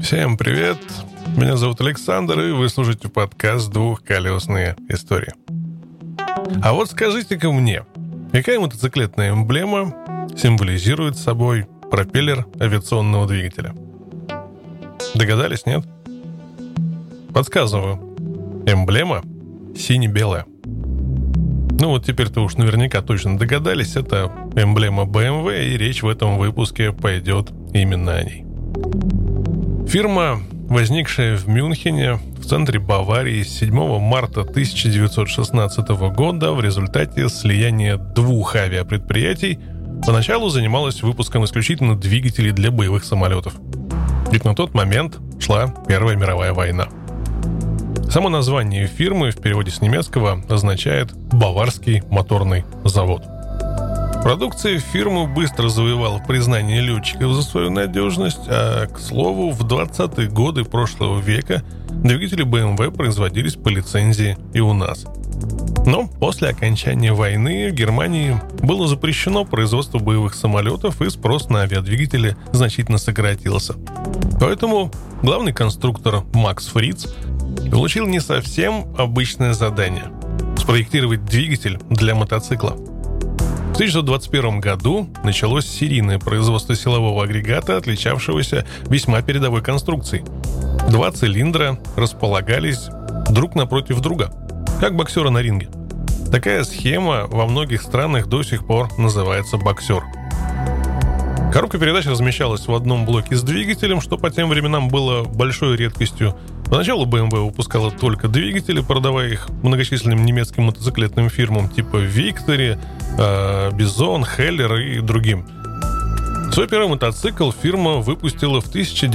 Всем привет! Меня зовут Александр, и вы слушаете подкаст «Двухколесные истории». А вот скажите-ка мне, какая мотоциклетная эмблема символизирует собой пропеллер авиационного двигателя? Догадались, нет? Подсказываю. Эмблема сине-белая. Ну вот теперь-то уж наверняка точно догадались, это эмблема BMW, и речь в этом выпуске пойдет именно о ней. Фирма, возникшая в Мюнхене, в центре Баварии, с 7 марта 1916 года в результате слияния двух авиапредприятий, поначалу занималась выпуском исключительно двигателей для боевых самолетов. Ведь на тот момент шла Первая мировая война. Само название фирмы в переводе с немецкого означает «Баварский моторный завод». Продукция фирмы быстро завоевала признание летчиков за свою надежность, а, к слову, в 20-е годы прошлого века двигатели BMW производились по лицензии и у нас. Но после окончания войны в Германии было запрещено производство боевых самолетов, и спрос на авиадвигатели значительно сократился. Поэтому главный конструктор Макс Фриц получил не совсем обычное задание – спроектировать двигатель для мотоцикла. В 1921 году началось серийное производство силового агрегата, отличавшегося весьма передовой конструкцией. Два цилиндра располагались друг напротив друга, как боксеры на ринге. Такая схема во многих странах до сих пор называется боксер. Коробка передач размещалась в одном блоке с двигателем, что по тем временам было большой редкостью. Поначалу BMW выпускала только двигатели, продавая их многочисленным немецким мотоциклетным фирмам типа Victory, Bison, Heller и другим. Свой первый мотоцикл фирма выпустила в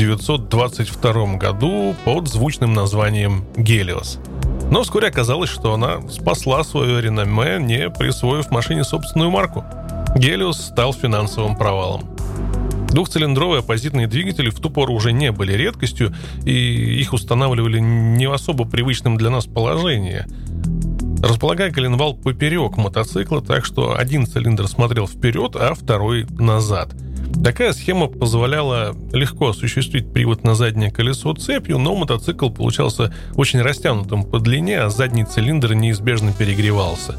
1922 году под звучным названием Helios. Но вскоре оказалось, что она спасла свое реноме, не присвоив машине собственную марку. Helios стал финансовым провалом. Двухцилиндровые оппозитные двигатели в ту пору уже не были редкостью, и их устанавливали не в особо привычном для нас положении. Располагая коленвал поперек мотоцикла, так что один цилиндр смотрел вперед, а второй назад. Такая схема позволяла легко осуществить привод на заднее колесо цепью, но мотоцикл получался очень растянутым по длине, а задний цилиндр неизбежно перегревался.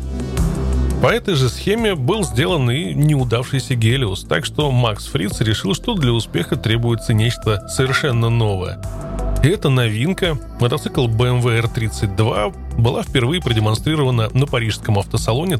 По этой же схеме был сделан и неудавшийся Helios, так что Макс Фриц решил, что для успеха требуется нечто совершенно новое. И эта новинка, мотоцикл BMW R32, была впервые продемонстрирована на парижском автосалоне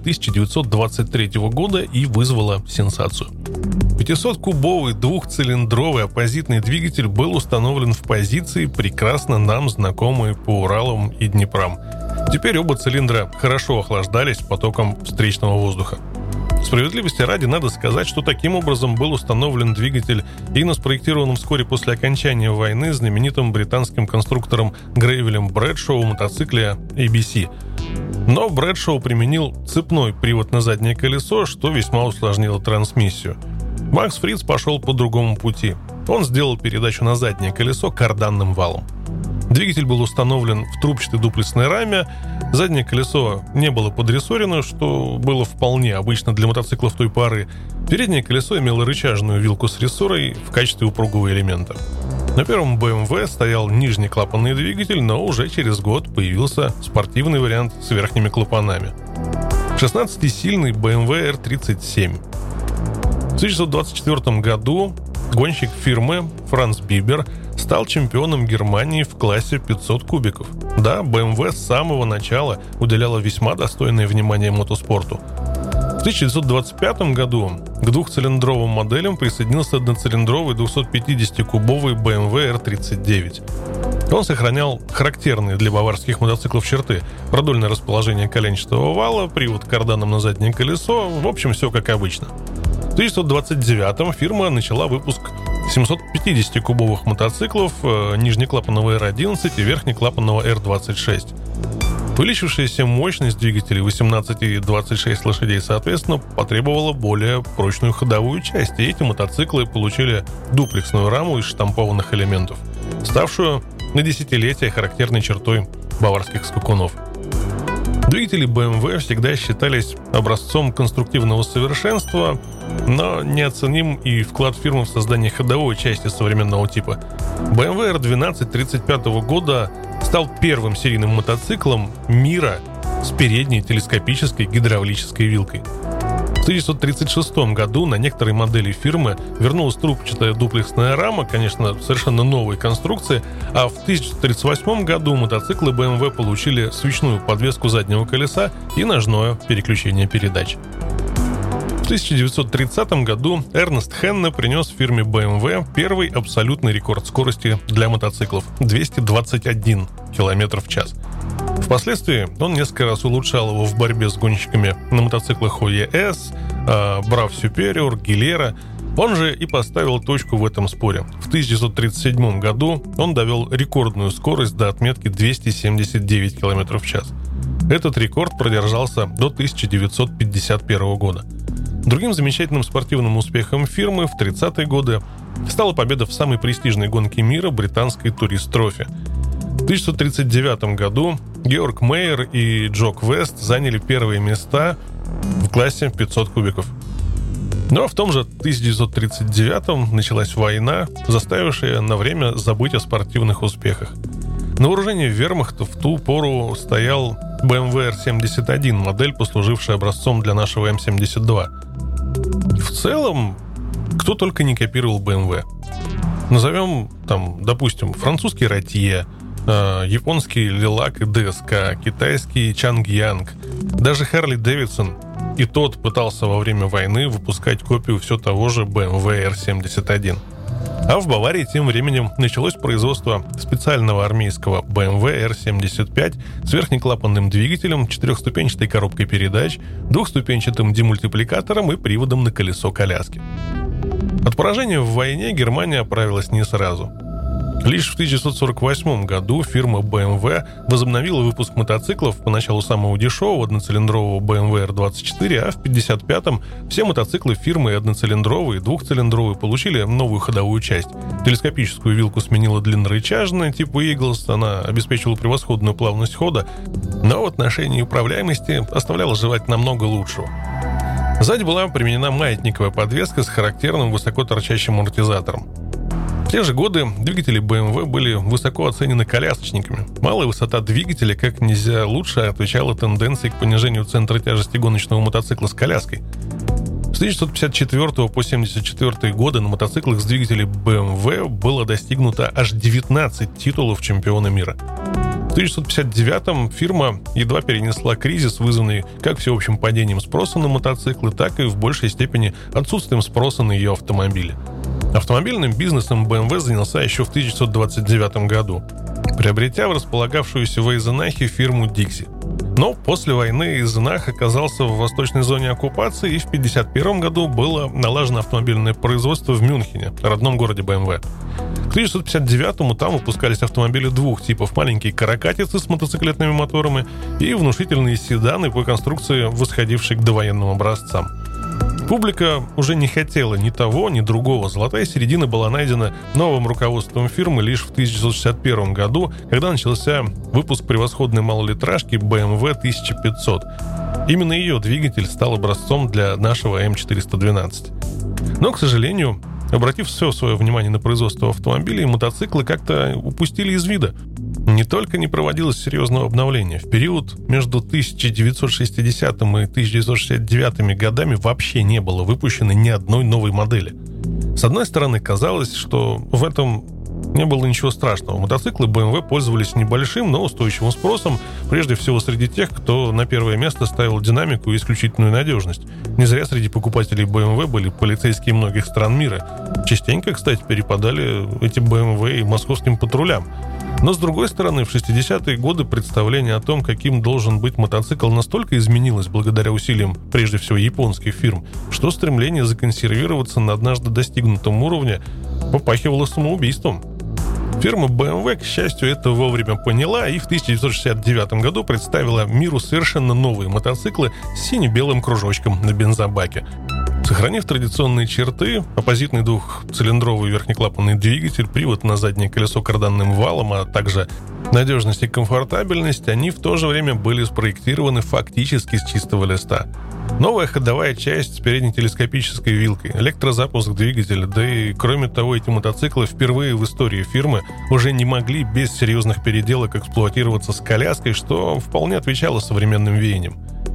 1923 года и вызвала сенсацию. 500-кубовый двухцилиндровый оппозитный двигатель был установлен в позиции, прекрасно нам знакомой по Уралам и Днепром. Теперь оба цилиндра хорошо охлаждались потоком встречного воздуха. Справедливости ради надо сказать, что таким образом был установлен двигатель и на спроектированном вскоре после окончания войны знаменитым британским конструктором Грейвелем Брэдшоу мотоцикле ABC. Но Брэдшоу применил цепной привод на заднее колесо, что весьма усложнило трансмиссию. Макс Фриц пошел по другому пути. Он сделал передачу на заднее колесо карданным валом. Двигатель был установлен в трубчатой дуплексной раме, заднее колесо не было подрессорено, что было вполне обычно для мотоциклов той поры. Переднее колесо имело рычажную вилку с рессорой в качестве упругого элемента. На первом BMW стоял нижний клапанный двигатель, но уже через год появился спортивный вариант с верхними клапанами. 16-сильный BMW R37. В 1924 году гонщик фирмы Франц Бибер стал чемпионом Германии в классе 500 кубиков. Да, BMW с самого начала уделяла весьма достойное внимание мотоспорту. В 1925 году к двухцилиндровым моделям присоединился одноцилиндровый 250-кубовый BMW R39. Он сохранял характерные для баварских мотоциклов черты: продольное расположение коленчатого вала, привод карданом на заднее колесо, в общем, все как обычно. В 1929 фирма начала выпуск 750-кубовых мотоциклов нижнеклапанного R11 и верхнеклапанного R26. Увеличившаяся мощность двигателей 18 и 26 лошадей, соответственно, потребовала более прочную ходовую часть, и эти мотоциклы получили дуплексную раму из штампованных элементов, ставшую на десятилетия характерной чертой баварских скакунов. Двигатели BMW всегда считались образцом конструктивного совершенства, но неоценим и вклад фирмы в создание ходовой части современного типа. BMW R12 1935 года стал первым серийным мотоциклом мира с передней телескопической гидравлической вилкой. В 1936 году на некоторые модели фирмы вернулась трубчатая дуплексная рама, конечно, совершенно новой конструкции, а в 1938 году мотоциклы BMW получили свечную подвеску заднего колеса и ножное переключение передач. В 1930 году Эрнест Хенне принес фирме BMW первый абсолютный рекорд скорости для мотоциклов – 221 км в час. Впоследствии он несколько раз улучшал его в борьбе с гонщиками на мотоциклах OES, Brave Superior, Gilera. Он же и поставил точку в этом споре. В 1937 году он довел рекордную скорость до отметки 279 км в час. Этот рекорд продержался до 1951 года. Другим замечательным спортивным успехом фирмы в 30-е годы стала победа в самой престижной гонке мира британской турист-трофи. В 1939 году Георг Мейер и Джок Вест заняли первые места в классе 500 кубиков. Но в том же 1939 началась война, заставившая на время забыть о спортивных успехах. На вооружении вермахта в ту пору стоял BMW R71, модель, послужившая образцом для нашего M72. В целом, кто только не копировал BMW. Назовем, допустим, французский Ratier, японский Lilac и DSK, китайский Changjiang, даже Harley Davidson. И тот пытался во время войны выпускать копию все того же BMW R71. А в Баварии тем временем началось производство специального армейского BMW R75 с верхнеклапанным двигателем, 4-ступенчатой коробкой передач, 2-ступенчатым демультипликатором и приводом на колесо коляски. От поражения в войне Германия оправилась не сразу. Лишь в 1948 году фирма BMW возобновила выпуск мотоциклов, поначалу самого дешевого одноцилиндрового BMW R24, а в 1955-м все мотоциклы фирмы одноцилиндровые и двухцилиндровые получили новую ходовую часть. Телескопическую вилку сменила длиннорычажная типа Eagles, она обеспечивала превосходную плавность хода, но в отношении управляемости оставляла желать намного лучшего. Сзади была применена маятниковая подвеска с характерным высоко торчащим амортизатором. В те же годы двигатели BMW были высоко оценены колясочниками. Малая высота двигателя как нельзя лучше отвечала тенденции к понижению центра тяжести гоночного мотоцикла с коляской. С 1954 по 1974 годы на мотоциклах с двигателем BMW было достигнуто аж 19 титулов чемпиона мира. В 1959-м фирма едва перенесла кризис, вызванный как всеобщим падением спроса на мотоциклы, так и в большей степени отсутствием спроса на ее автомобили. Автомобильным бизнесом BMW занялся еще в 1929 году, приобретя в располагавшуюся в Эйзенахе фирму Dixie. Но после войны Эйзенах оказался в восточной зоне оккупации, и в 1951 году было налажено автомобильное производство в Мюнхене, родном городе BMW. К 1959-му там выпускались автомобили двух типов: маленькие каракатицы с мотоциклетными моторами и внушительные седаны по конструкции, восходившие к довоенным образцам. Публика уже не хотела ни того, ни другого. Золотая середина была найдена новым руководством фирмы лишь в 1961 году, когда начался выпуск превосходной малолитражки BMW 1500. Именно ее двигатель стал образцом для нашего М412. Но, к сожалению, обратив все свое внимание на производство автомобилей, мотоциклы как-то упустили из вида. Не только не проводилось серьезного обновления. В период между 1960 и 1969 годами вообще не было выпущено ни одной новой модели. С одной стороны, казалось, что в этом не было ничего страшного. Мотоциклы BMW пользовались небольшим, но устойчивым спросом, прежде всего среди тех, кто на первое место ставил динамику и исключительную надежность. Не зря среди покупателей BMW были полицейские многих стран мира. Частенько, кстати, перепадали эти BMW и московским патрулям. Но, с другой стороны, в 60-е годы представление о том, каким должен быть мотоцикл, настолько изменилось благодаря усилиям, прежде всего, японских фирм, что стремление законсервироваться на однажды достигнутом уровне попахивало самоубийством. Фирма BMW, к счастью, это вовремя поняла и в 1969 году представила миру совершенно новые мотоциклы с сине-белым кружочком на бензобаке. Сохранив традиционные черты, оппозитный двухцилиндровый верхнеклапанный двигатель, привод на заднее колесо карданным валом, а также надежность и комфортабельность, они в то же время были спроектированы фактически с чистого листа. Новая ходовая часть с передней телескопической вилкой, электрозапуск двигателя, да и кроме того, эти мотоциклы впервые в истории фирмы уже не могли без серьезных переделок эксплуатироваться с коляской, что вполне отвечало современным веяниям.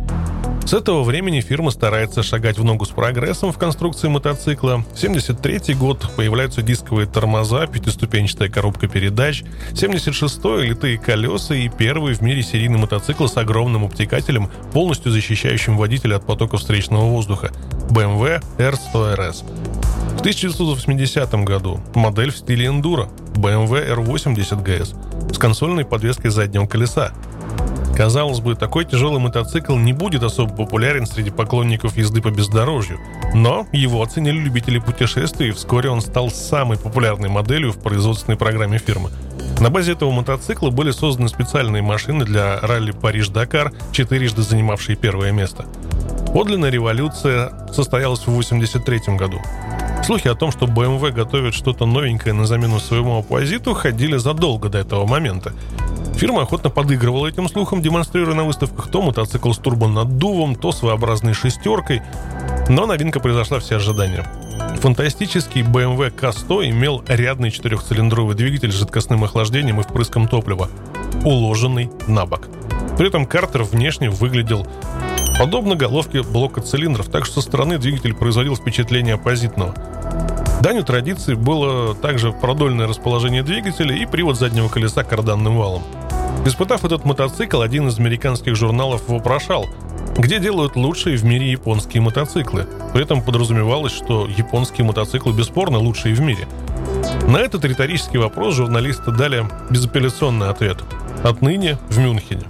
С этого времени фирма старается шагать в ногу с прогрессом в конструкции мотоцикла. В 1973 год появляются дисковые тормоза, пятиступенчатая коробка передач, 1976-й литые колеса и первый в мире серийный мотоцикл с огромным обтекателем, полностью защищающим водителя от потока встречного воздуха – BMW R100 RS. В 1980 году модель в стиле эндуро – BMW R80 GS с консольной подвеской заднего колеса. Казалось бы, такой тяжелый мотоцикл не будет особо популярен среди поклонников езды по бездорожью, но его оценили любители путешествий, и вскоре он стал самой популярной моделью в производственной программе фирмы. На базе этого мотоцикла были созданы специальные машины для ралли Париж-Дакар, четырежды занимавшие первое место. Подлинная революция состоялась в 1983 году. Слухи о том, что BMW готовит что-то новенькое на замену своему оппозиту, ходили задолго до этого момента. Фирма охотно подыгрывала этим слухам, демонстрируя на выставках то мотоцикл с турбонаддувом, то своеобразной шестеркой. Но новинка превзошла все ожидания. Фантастический BMW K100 имел рядный четырехцилиндровый двигатель с жидкостным охлаждением и впрыском топлива, уложенный на бок. При этом картер внешне выглядел подобно головке блока цилиндров, так что со стороны двигатель производил впечатление оппозитного. Данью традиции было также продольное расположение двигателя и привод заднего колеса карданным валом. Испытав этот мотоцикл, один из американских журналов вопрошал, где делают лучшие в мире японские мотоциклы. При этом подразумевалось, что японские мотоциклы бесспорно лучшие в мире. На этот риторический вопрос журналисты дали безапелляционный ответ: отныне в Мюнхене.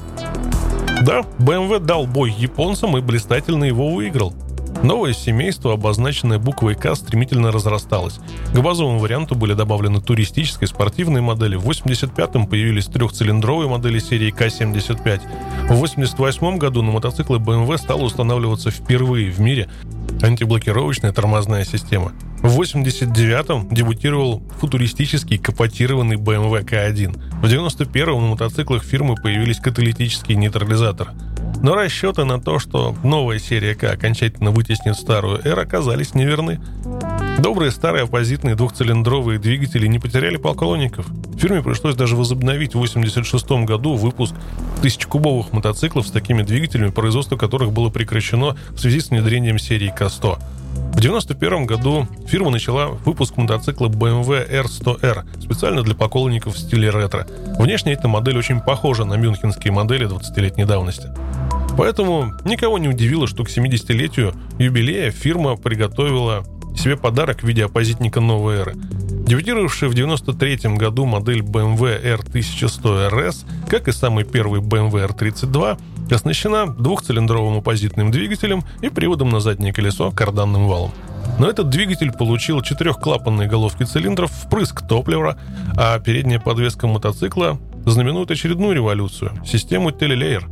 Да, BMW дал бой японцам и блистательно его выиграл. Новое семейство, обозначенное буквой «К», стремительно разрасталось. К базовому варианту были добавлены туристические спортивные модели. В 1985-м появились трехцилиндровые модели серии К-75. В 1988 году на мотоциклы BMW стала устанавливаться впервые в мире антиблокировочная тормозная система. В 1989-м дебютировал футуристический капотированный BMW K1. В 1991-м на мотоциклах фирмы появились каталитические нейтрализаторы. Но расчеты на то, что новая серия К окончательно вытеснит старую R, оказались неверны. Добрые старые оппозитные двухцилиндровые двигатели не потеряли поклонников. Фирме пришлось даже возобновить в 1986 году выпуск 1000-кубовых мотоциклов с такими двигателями, производство которых было прекращено в связи с внедрением серии К100. В 1991 году фирма начала выпуск мотоцикла BMW R100R специально для поклонников в стиле ретро. Внешне эта модель очень похожа на мюнхенские модели 20-летней давности. Поэтому никого не удивило, что к 70-летию юбилея фирма приготовила себе подарок в виде оппозитника новой эры. Дебютировавшая в 1993 году модель BMW R1100 RS, как и самый первый BMW R32, оснащена двухцилиндровым оппозитным двигателем и приводом на заднее колесо карданным валом. Но этот двигатель получил четырехклапанные головки цилиндров, впрыск топлива, а передняя подвеска мотоцикла знаменует очередную революцию – систему Telelayer.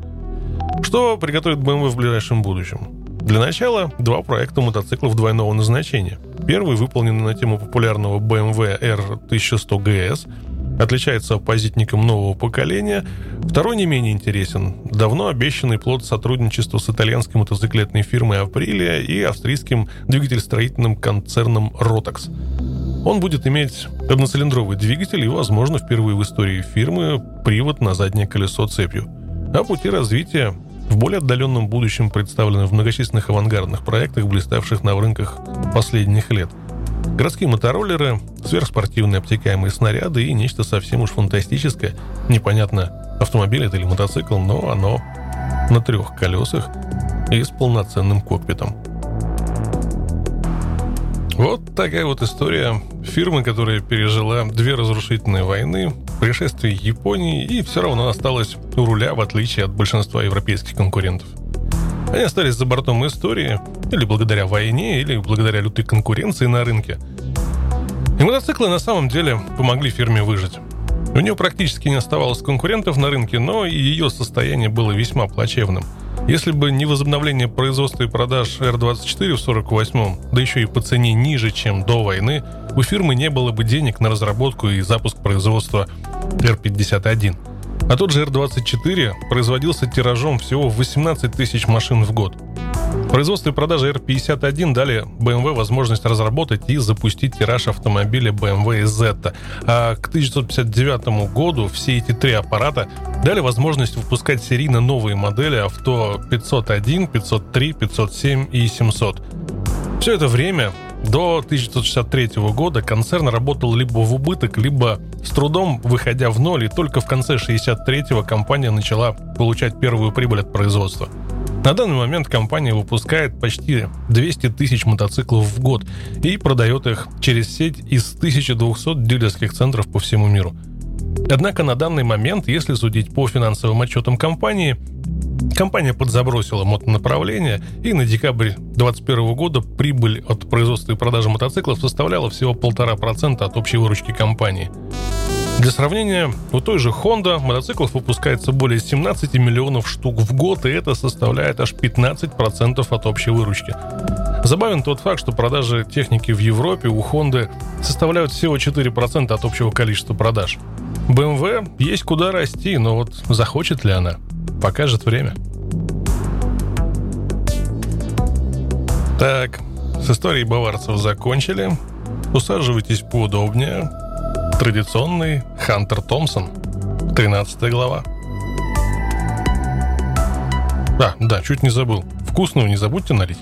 Что приготовит BMW в ближайшем будущем? Для начала два проекта мотоциклов двойного назначения. Первый, выполненный на тему популярного BMW R1100 GS, отличается оппозитником нового поколения. Второй не менее интересен. Давно обещанный плод сотрудничества с итальянской мотоциклетной фирмой Aprilia и австрийским двигателестроительным концерном Rotax. Он будет иметь одноцилиндровый двигатель и, возможно, впервые в истории фирмы привод на заднее колесо цепью. А пути развития в более отдаленном будущем представлены в многочисленных авангардных проектах, блиставших на рынках последних лет. Городские мотороллеры, сверхспортивные обтекаемые снаряды и нечто совсем уж фантастическое. Непонятно, автомобиль это или мотоцикл, но оно на 3 колесах и с полноценным кокпитом. Вот такая вот история фирмы, которая пережила 2 разрушительные войны, пришествие Японии и все равно осталась у руля, в отличие от большинства европейских конкурентов. Они остались за бортом истории, или благодаря войне, или благодаря лютой конкуренции на рынке. И мотоциклы на самом деле помогли фирме выжить. У нее практически не оставалось конкурентов на рынке, но и ее состояние было весьма плачевным. Если бы не возобновление производства и продаж Р-24 в 48-м, да еще и по цене ниже, чем до войны, у фирмы не было бы денег на разработку и запуск производства Р-51. А тот же Р-24 производился тиражом всего в 18 тысяч машин в год. Производство и продажа Р-51 дали BMW возможность разработать и запустить тираж автомобиля BMW Z. А к 1959 году все эти три аппарата дали возможность выпускать серийно новые модели авто 501, 503, 507 и 700. Все это время, до 1963 года, концерн работал либо в убыток, либо с трудом выходя в ноль, и только в конце 1963-го компания начала получать первую прибыль от производства. На данный момент компания выпускает почти 200 тысяч мотоциклов в год и продает их через сеть из 1200 дилерских центров по всему миру. Однако на данный момент, если судить по финансовым отчетам компания подзабросила мотонаправление, и на декабрь 2021 года прибыль от производства и продажи мотоциклов составляла всего 1,5% от общей выручки компании. Для сравнения, у той же Honda мотоциклов выпускается более 17 миллионов штук в год, и это составляет аж 15% от общей выручки. Забавен тот факт, что продажи техники в Европе у Honda составляют всего 4% от общего количества продаж. BMW есть куда расти, но вот захочет ли она, покажет время. Так, с историей баварцев закончили. Усаживайтесь поудобнее. Традиционный Хантер Томпсон, 13 глава. Да, чуть не забыл. Вкусную не забудьте налить.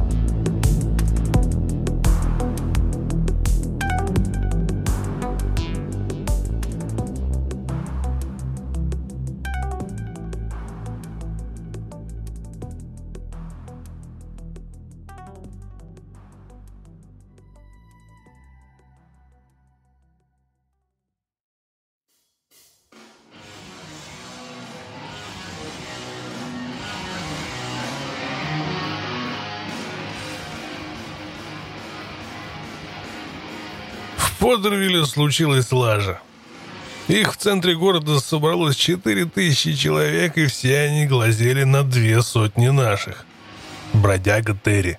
В Подервилле случилась лажа. Их в центре города собралось 4000 человек, и все они глазели на 200 наших. Бродяга Терри.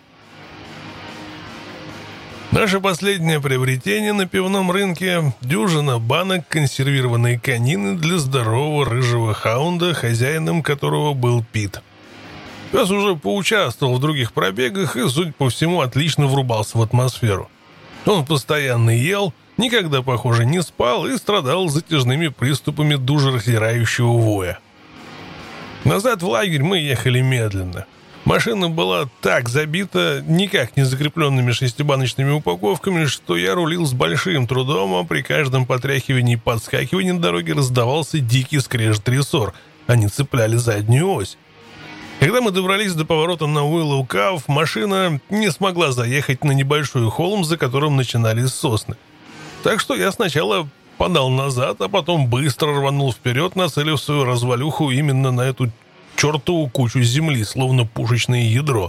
Наше последнее приобретение на пивном рынке – дюжина банок консервированной конины для здорового рыжего хаунда, хозяином которого был Пит. Пес уже поучаствовал в других пробегах и, судя по всему, отлично врубался в атмосферу. Он постоянно ел, никогда, похоже, не спал и страдал затяжными приступами душераздирающего воя. Назад в лагерь мы ехали медленно. Машина была так забита никак не закрепленными шестибаночными упаковками, что я рулил с большим трудом, а при каждом потряхивании и подскакивании на дороге раздавался дикий скрежет рессор. Они цепляли заднюю ось. Когда мы добрались до поворота на Уиллоу-Кав, машина не смогла заехать на небольшой холм, за которым начинались сосны. Так что я сначала подал назад, а потом быстро рванул вперед, нацелив свою развалюху именно на эту чертову кучу земли, словно пушечное ядро.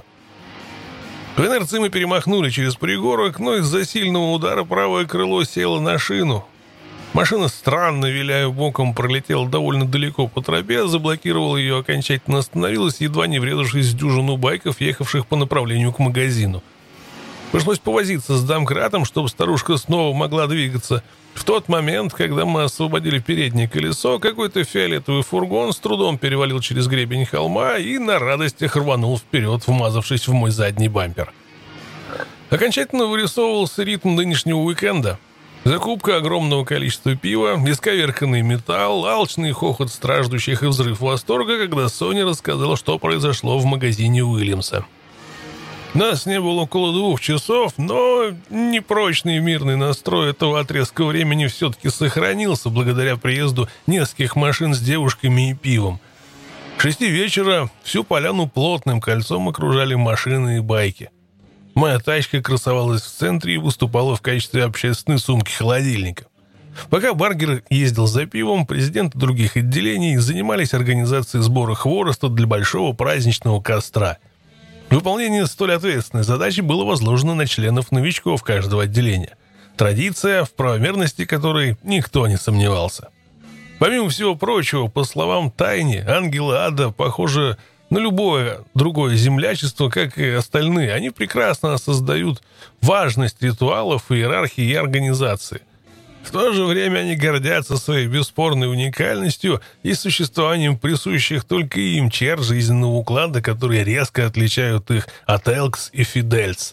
В инерции мы перемахнули через пригорок, но из-за сильного удара правое крыло село на шину. Машина, странно виляя боком, пролетела довольно далеко по тропе, заблокировала ее, окончательно остановилась, едва не врезавшись в дюжину байков, ехавших по направлению к магазину. Пришлось повозиться с домкратом, чтобы старушка снова могла двигаться. В тот момент, когда мы освободили переднее колесо, какой-то фиолетовый фургон с трудом перевалил через гребень холма и на радостях рванул вперед, вмазавшись в мой задний бампер. Окончательно вырисовывался ритм нынешнего уикенда. Закупка огромного количества пива, исковерканный металл, алчный хохот страждущих и взрыв восторга, когда Соня рассказала, что произошло в магазине Уильямса. Нас не было около 2 часов, но непрочный мирный настрой этого отрезка времени все-таки сохранился благодаря приезду нескольких машин с девушками и пивом. К 6 вечера всю поляну плотным кольцом окружали машины и байки. Моя тачка красовалась в центре и выступала в качестве общественной сумки-холодильника. Пока Баргер ездил за пивом, президенты других отделений занимались организацией сбора хвороста для большого праздничного костра. Выполнение столь ответственной задачи было возложено на членов новичков каждого отделения. Традиция, в правомерности которой никто не сомневался. Помимо всего прочего, по словам Тайни, ангелы ада, похоже, на любое другое землячество, как и остальные. Они прекрасно осознают важность ритуалов, иерархии и организации. В то же время они гордятся своей бесспорной уникальностью и существованием присущих только им черт жизненного уклада, которые резко отличают их от Элкс и Фидельс.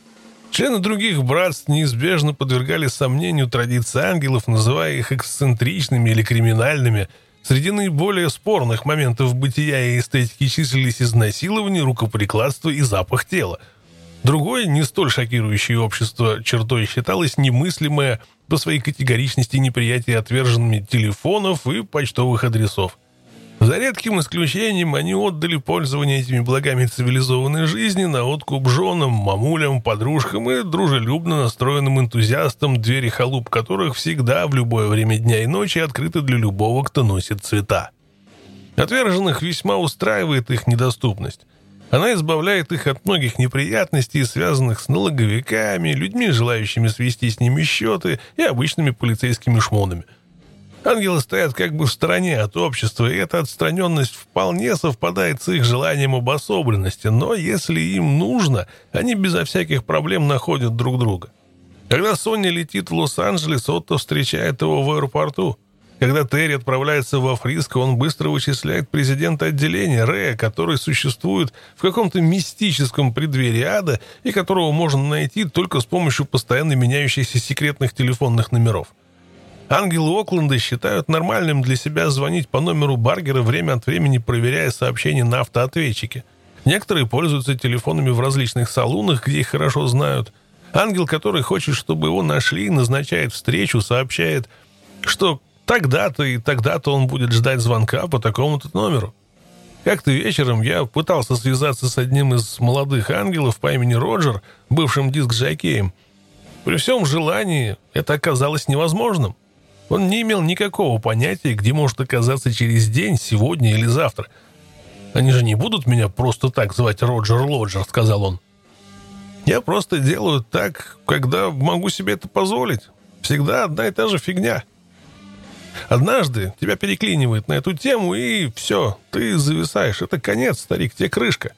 Члены других братств неизбежно подвергали сомнению традиции ангелов, называя их эксцентричными или криминальными. Среди наиболее спорных моментов бытия и эстетики числились изнасилование, рукоприкладство и запах тела. Другой, не столь шокирующее общество чертой считалось немыслимое по своей категоричности неприятие отверженными телефонов и почтовых адресов. За редким исключением они отдали пользование этими благами цивилизованной жизни на откуп женам, мамулям, подружкам и дружелюбно настроенным энтузиастам, двери халуп которых всегда в любое время дня и ночи открыты для любого, кто носит цвета. Отверженных весьма устраивает их недоступность. Она избавляет их от многих неприятностей, связанных с налоговиками, людьми, желающими свести с ними счеты, и обычными полицейскими шмонами. Ангелы стоят как бы в стороне от общества, и эта отстраненность вполне совпадает с их желанием обособленности, но если им нужно, они безо всяких проблем находят друг друга. Когда Соня летит в Лос-Анджелес, Отто встречает его в аэропорту. Когда Терри отправляется во Фриско, он быстро вычисляет президента отделения Рэя, который существует в каком-то мистическом преддверии ада и которого можно найти только с помощью постоянно меняющихся секретных телефонных номеров. Ангелы Окленда считают нормальным для себя звонить по номеру Баргера, время от времени проверяя сообщения на автоответчике. Некоторые пользуются телефонами в различных салунах, где их хорошо знают. Ангел, который хочет, чтобы его нашли, назначает встречу, сообщает, что тогда-то и тогда-то он будет ждать звонка по такому-то номеру. Как-то вечером я пытался связаться с одним из молодых ангелов по имени Роджер, бывшим диск-жокеем. При всем желании это оказалось невозможным. Он не имел никакого понятия, где может оказаться через день, сегодня или завтра. «Они же не будут меня просто так звать Роджер Лоджер», — сказал он. «Я просто делаю так, когда могу себе это позволить. Всегда одна и та же фигня. Однажды тебя переклинивает на эту тему, и все, ты зависаешь. Это конец, старик, тебе крышка».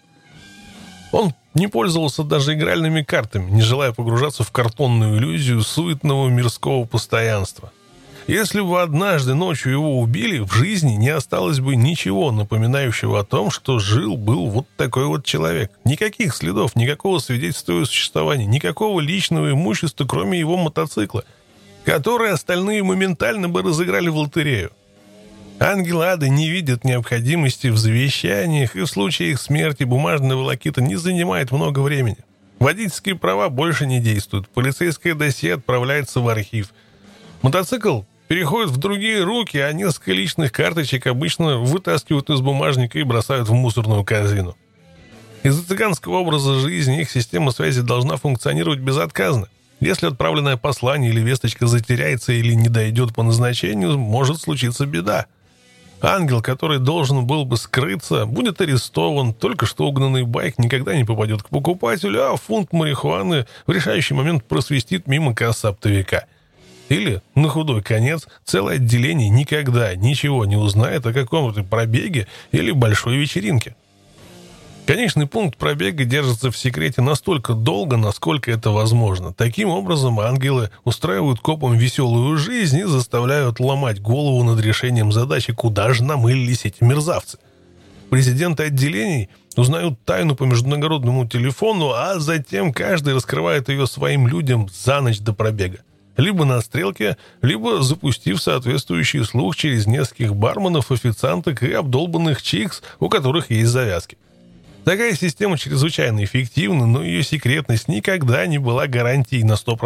Он не пользовался даже игральными картами, не желая погружаться в картонную иллюзию суетного мирского постоянства. Если бы однажды ночью его убили, в жизни не осталось бы ничего напоминающего о том, что жил-был вот такой вот человек. Никаких следов, никакого свидетельства о существовании, никакого личного имущества, кроме его мотоцикла, который остальные моментально бы разыграли в лотерею. Ангелы ада не видят необходимости в завещаниях, и в случае их смерти бумажная волокита не занимает много времени. Водительские права больше не действуют, полицейское досье отправляется в архив. Мотоцикл переходит в другие руки, а несколько личных карточек обычно вытаскивают из бумажника и бросают в мусорную корзину. Из-за цыганского образа жизни их система связи должна функционировать безотказно. Если отправленное послание или весточка затеряется или не дойдет по назначению, может случиться беда. Ангел, который должен был бы скрыться, будет арестован, только что угнанный байк никогда не попадет к покупателю, а фунт марихуаны в решающий момент просвистит мимо кассы оптовика. Или, на худой конец, целое отделение никогда ничего не узнает о каком-то пробеге или большой вечеринке. Конечный пункт пробега держится в секрете настолько долго, насколько это возможно. Таким образом, ангелы устраивают копам веселую жизнь и заставляют ломать голову над решением задачи, куда же намылились эти мерзавцы. Президенты отделений узнают тайну по международному телефону, а затем каждый раскрывает ее своим людям за ночь до пробега. Либо на стрелке, либо запустив соответствующий слух через нескольких барменов, официанток и обдолбанных чикс, у которых есть завязки. Такая система чрезвычайно эффективна, но ее секретность никогда не была гарантией на 100%.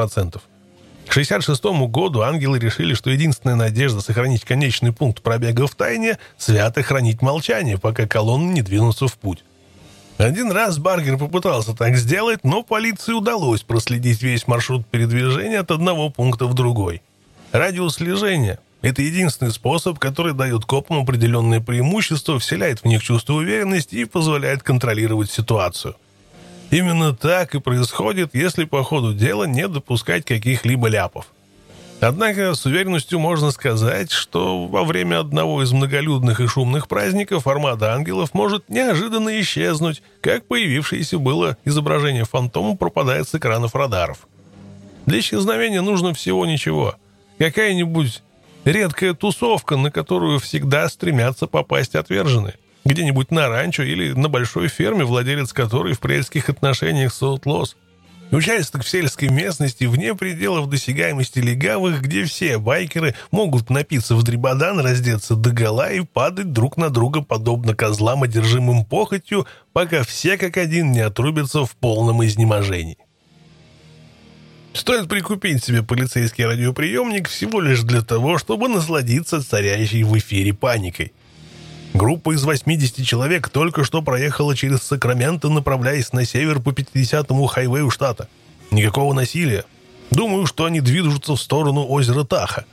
К 1966 году ангелы решили, что единственная надежда сохранить конечный пункт пробега в тайне – свято хранить молчание, пока колонны не двинутся в путь. Один раз Баргер попытался так сделать, но полиции удалось проследить весь маршрут передвижения от одного пункта в другой. Радиус слежения – это единственный способ, который дает копам определенное преимущество, вселяет в них чувство уверенности и позволяет контролировать ситуацию. Именно так и происходит, если по ходу дела не допускать каких-либо ляпов. Однако с уверенностью можно сказать, что во время одного из многолюдных и шумных праздников армада ангелов может неожиданно исчезнуть, как появившееся было изображение фантома пропадает с экранов радаров. Для исчезновения нужно всего ничего. Какая-нибудь редкая тусовка, на которую всегда стремятся попасть отверженные. Где-нибудь на ранчо или на большой ферме, владелец которой в приятельских отношениях с Outlaws. Участок в сельской местности вне пределов досягаемости легавых, где все байкеры могут напиться в дребодан, раздеться догола и падать друг на друга, подобно козлам, одержимым похотью, пока все как один не отрубятся в полном изнеможении. Стоит прикупить себе полицейский радиоприемник всего лишь для того, чтобы насладиться царящей в эфире паникой. Группа из 80 человек только что проехала через Сакраменто, направляясь на север по 50-му хайвею штата. Никакого насилия. Думаю, что они движутся в сторону озера Тахо.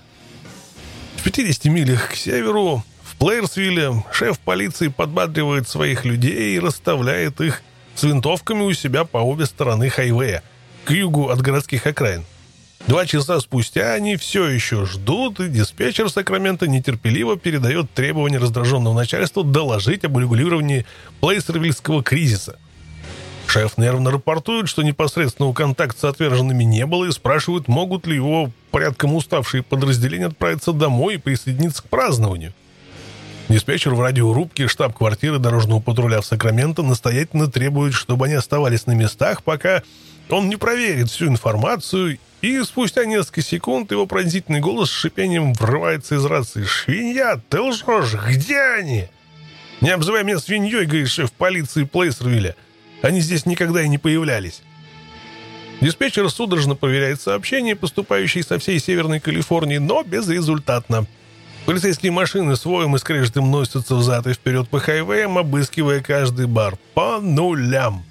В 50 милях к северу, в Плеерсвилле, шеф полиции подбадривает своих людей и расставляет их с винтовками у себя по обе стороны хайвея, к югу от городских окраин. 2 часа спустя они все еще ждут, и диспетчер Сакрамента нетерпеливо передает требование раздраженного начальства доложить об урегулировании плейсервиллского кризиса. Шеф нервно рапортует, что непосредственного контакта с отверженными не было, и спрашивают, могут ли его порядком уставшие подразделения отправиться домой и присоединиться к празднованию. Диспетчер в радиорубке штаб-квартиры дорожного патруля в Сакраменто настоятельно требует, чтобы они оставались на местах, пока он не проверит всю информацию. И спустя несколько секунд его пронзительный голос с шипением врывается из рации. «Свинья, ты лжешь! Где они?» «Не обзывай меня свиньей», — говорит шеф полиции Плейсервилля. «Они здесь никогда и не появлялись». Диспетчер судорожно проверяет сообщения, поступающие со всей Северной Калифорнии, но безрезультатно. Полицейские машины с воем и скрежетом носятся взад и вперед по хайвеям, обыскивая каждый бар по нулям.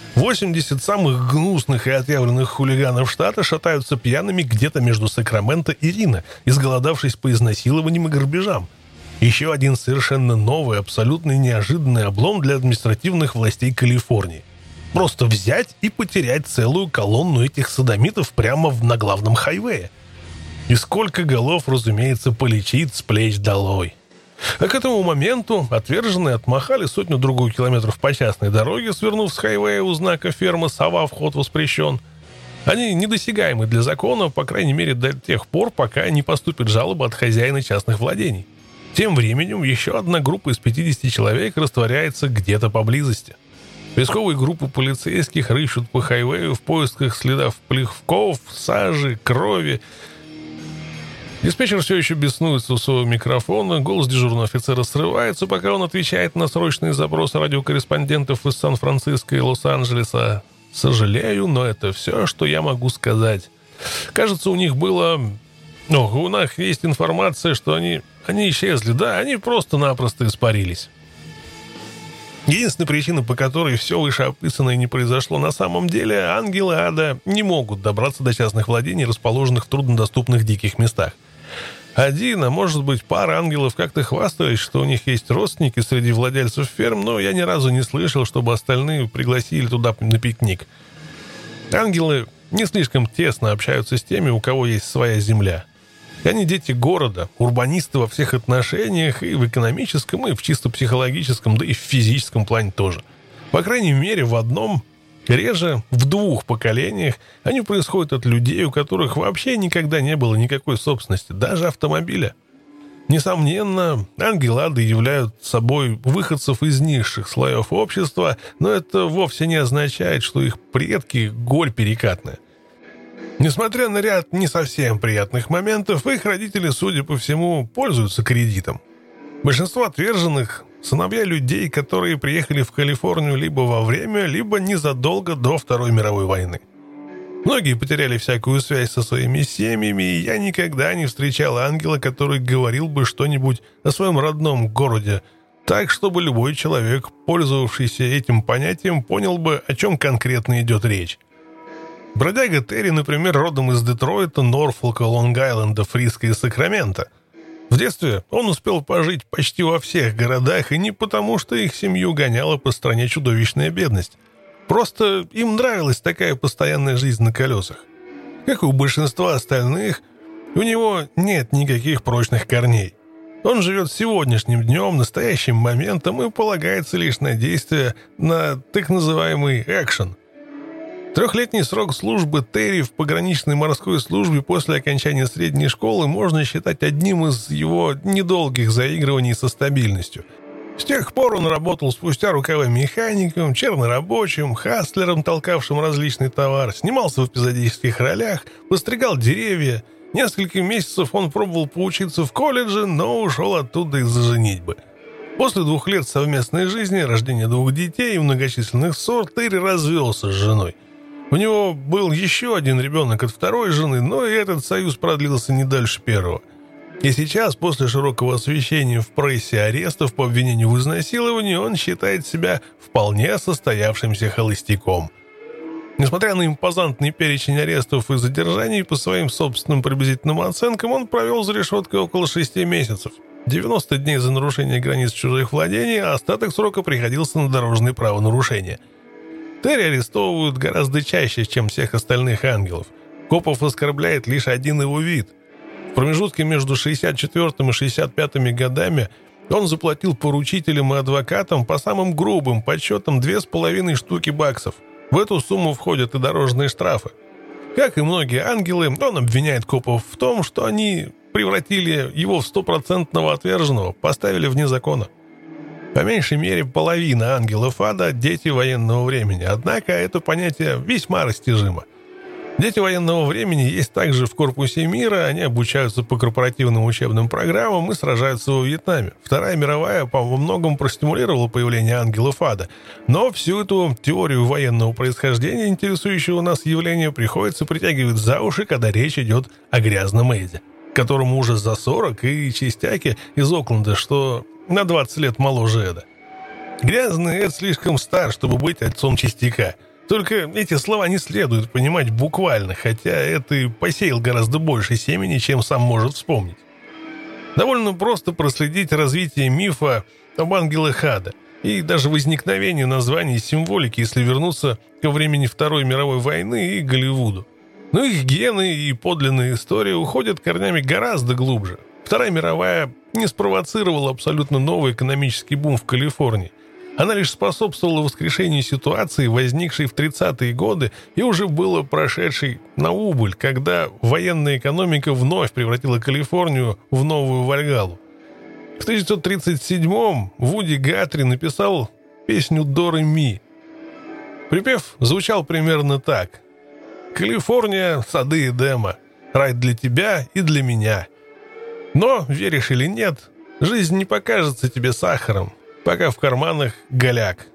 80 самых гнусных и отъявленных хулиганов штата шатаются пьяными где-то между Сакраменто и Рино, изголодавшись по изнасилованиям и грабежам. Еще один совершенно новый, абсолютно неожиданный облом для административных властей Калифорнии. Просто взять и потерять целую колонну этих содомитов прямо на главном хайвее. И сколько голов, разумеется, полечит с плеч долой. А к этому моменту отверженные отмахали 100-другую километров по частной дороге, свернув с хайвея у знака ферма «Сова, вход воспрещен». Они недосягаемы для закона, по крайней мере, до тех пор, пока не поступит жалоба от хозяина частных владений. Тем временем еще одна группа из 50 человек растворяется где-то поблизости. Поисковые группы полицейских рыщут по хайвею в поисках следов плевков, сажи, крови. Диспетчер все еще беснуется у своего микрофона, голос дежурного офицера срывается, пока он отвечает на срочные запросы радиокорреспондентов из Сан-Франциско и Лос-Анджелеса. Сожалею, но это все, что я могу сказать. Кажется, у них было... у нас есть информация, что они исчезли. Да, они просто-напросто испарились. Единственная причина, по которой все вышеописанное не произошло на самом деле, ангелы ада не могут добраться до частных владений, расположенных в труднодоступных диких местах. Один, а может быть пара ангелов как-то хвастались, что у них есть родственники среди владельцев ферм, но я ни разу не слышал, чтобы остальные пригласили туда на пикник. Ангелы не слишком тесно общаются с теми, у кого есть своя земля. Они дети города, урбанисты во всех отношениях, и в экономическом, и в чисто психологическом, да и в физическом плане тоже. По крайней мере, в одном, реже в 2 поколениях они происходят от людей, у которых вообще никогда не было никакой собственности, даже автомобиля. Несомненно, ангелы ада являют собой выходцев из низших слоев общества, но это вовсе не означает, что их предки голь перекатная. Несмотря на ряд не совсем приятных моментов, их родители, судя по всему, пользуются кредитом. Большинство отверженных – сыновья людей, которые приехали в Калифорнию либо во время, либо незадолго до Второй мировой войны. Многие потеряли всякую связь со своими семьями, и я никогда не встречал ангела, который говорил бы что-нибудь о своем родном городе, так, чтобы любой человек, пользовавшийся этим понятием, понял бы, о чем конкретно идет речь. Бродяга Терри, например, родом из Детройта, Норфолка, Лонг-Айленда, Фриско и Сакрамента. В детстве он успел пожить почти во всех городах, и не потому, что их семью гоняла по стране чудовищная бедность. Просто им нравилась такая постоянная жизнь на колесах. Как и у большинства остальных, У него нет никаких прочных корней. Он живет сегодняшним днем, настоящим моментом и полагается лишь на действия, на так называемый экшен. 3-летний срок службы Терри в пограничной морской службе после окончания средней школы можно считать одним из его недолгих заигрываний со стабильностью. С тех пор он работал спустя рукава механиком, чернорабочим, хастлером, толкавшим различный товар, снимался в эпизодических ролях, постригал деревья. Несколько месяцев он пробовал поучиться в колледже, но ушел оттуда из-за женитьбы. После 2 лет совместной жизни, рождения 2 детей и многочисленных ссор, Терри развелся с женой. У него был еще один ребенок от второй жены, но и этот союз продлился не дальше первого. И сейчас, после широкого освещения в прессе арестов по обвинению в изнасиловании, он считает себя вполне состоявшимся холостяком. Несмотря на импозантный перечень арестов и задержаний, по своим собственным приблизительным оценкам, он провел за решеткой около 6 месяцев. 90 дней за нарушение границ чужих владений, а остаток срока приходился на дорожные правонарушения. Терри арестовывают гораздо чаще, чем всех остальных ангелов. Копов оскорбляет лишь один его вид. В промежутке между 64 и 65 годами он заплатил поручителям и адвокатам по самым грубым подсчетам 2,5 штуки баксов. В эту сумму входят и дорожные штрафы. Как и многие ангелы, он обвиняет копов в том, что они превратили его в 100% отверженного, поставили вне закона. По меньшей мере, половина ангелов ада – дети военного времени, однако это понятие весьма растяжимо. Дети военного времени есть также в корпусе мира, они обучаются по корпоративным учебным программам и сражаются во Вьетнаме. Вторая мировая во многом простимулировала появление ангелов ада, но всю эту теорию военного происхождения, интересующего нас явления, приходится притягивать за уши, когда речь идет о грязном Эдди, которому уже за 40, и чистяки из Окленда, что на 20 лет моложе Эда. Грязный Эд слишком стар, чтобы быть отцом чистяка. Только эти слова не следует понимать буквально, хотя это и посеял гораздо больше семени, чем сам может вспомнить. Довольно просто проследить развитие мифа об ангелах ада и даже возникновение названий и символики, если вернуться ко времени Второй мировой войны и Голливуду. Но их гены и подлинная история уходят корнями гораздо глубже. Вторая мировая не спровоцировала абсолютно новый экономический бум в Калифорнии. Она лишь способствовала воскрешению ситуации, возникшей в 30-е годы и уже было прошедшей на убыль, когда военная экономика вновь превратила Калифорнию в новую Вальгаллу. В 1937-м Вуди Гатри написал песню «До ре ми». Припев звучал примерно так: «Калифорния, сады Эдема, рай для тебя и для меня. Но, веришь или нет, жизнь не покажется тебе сахаром, пока в карманах голяк».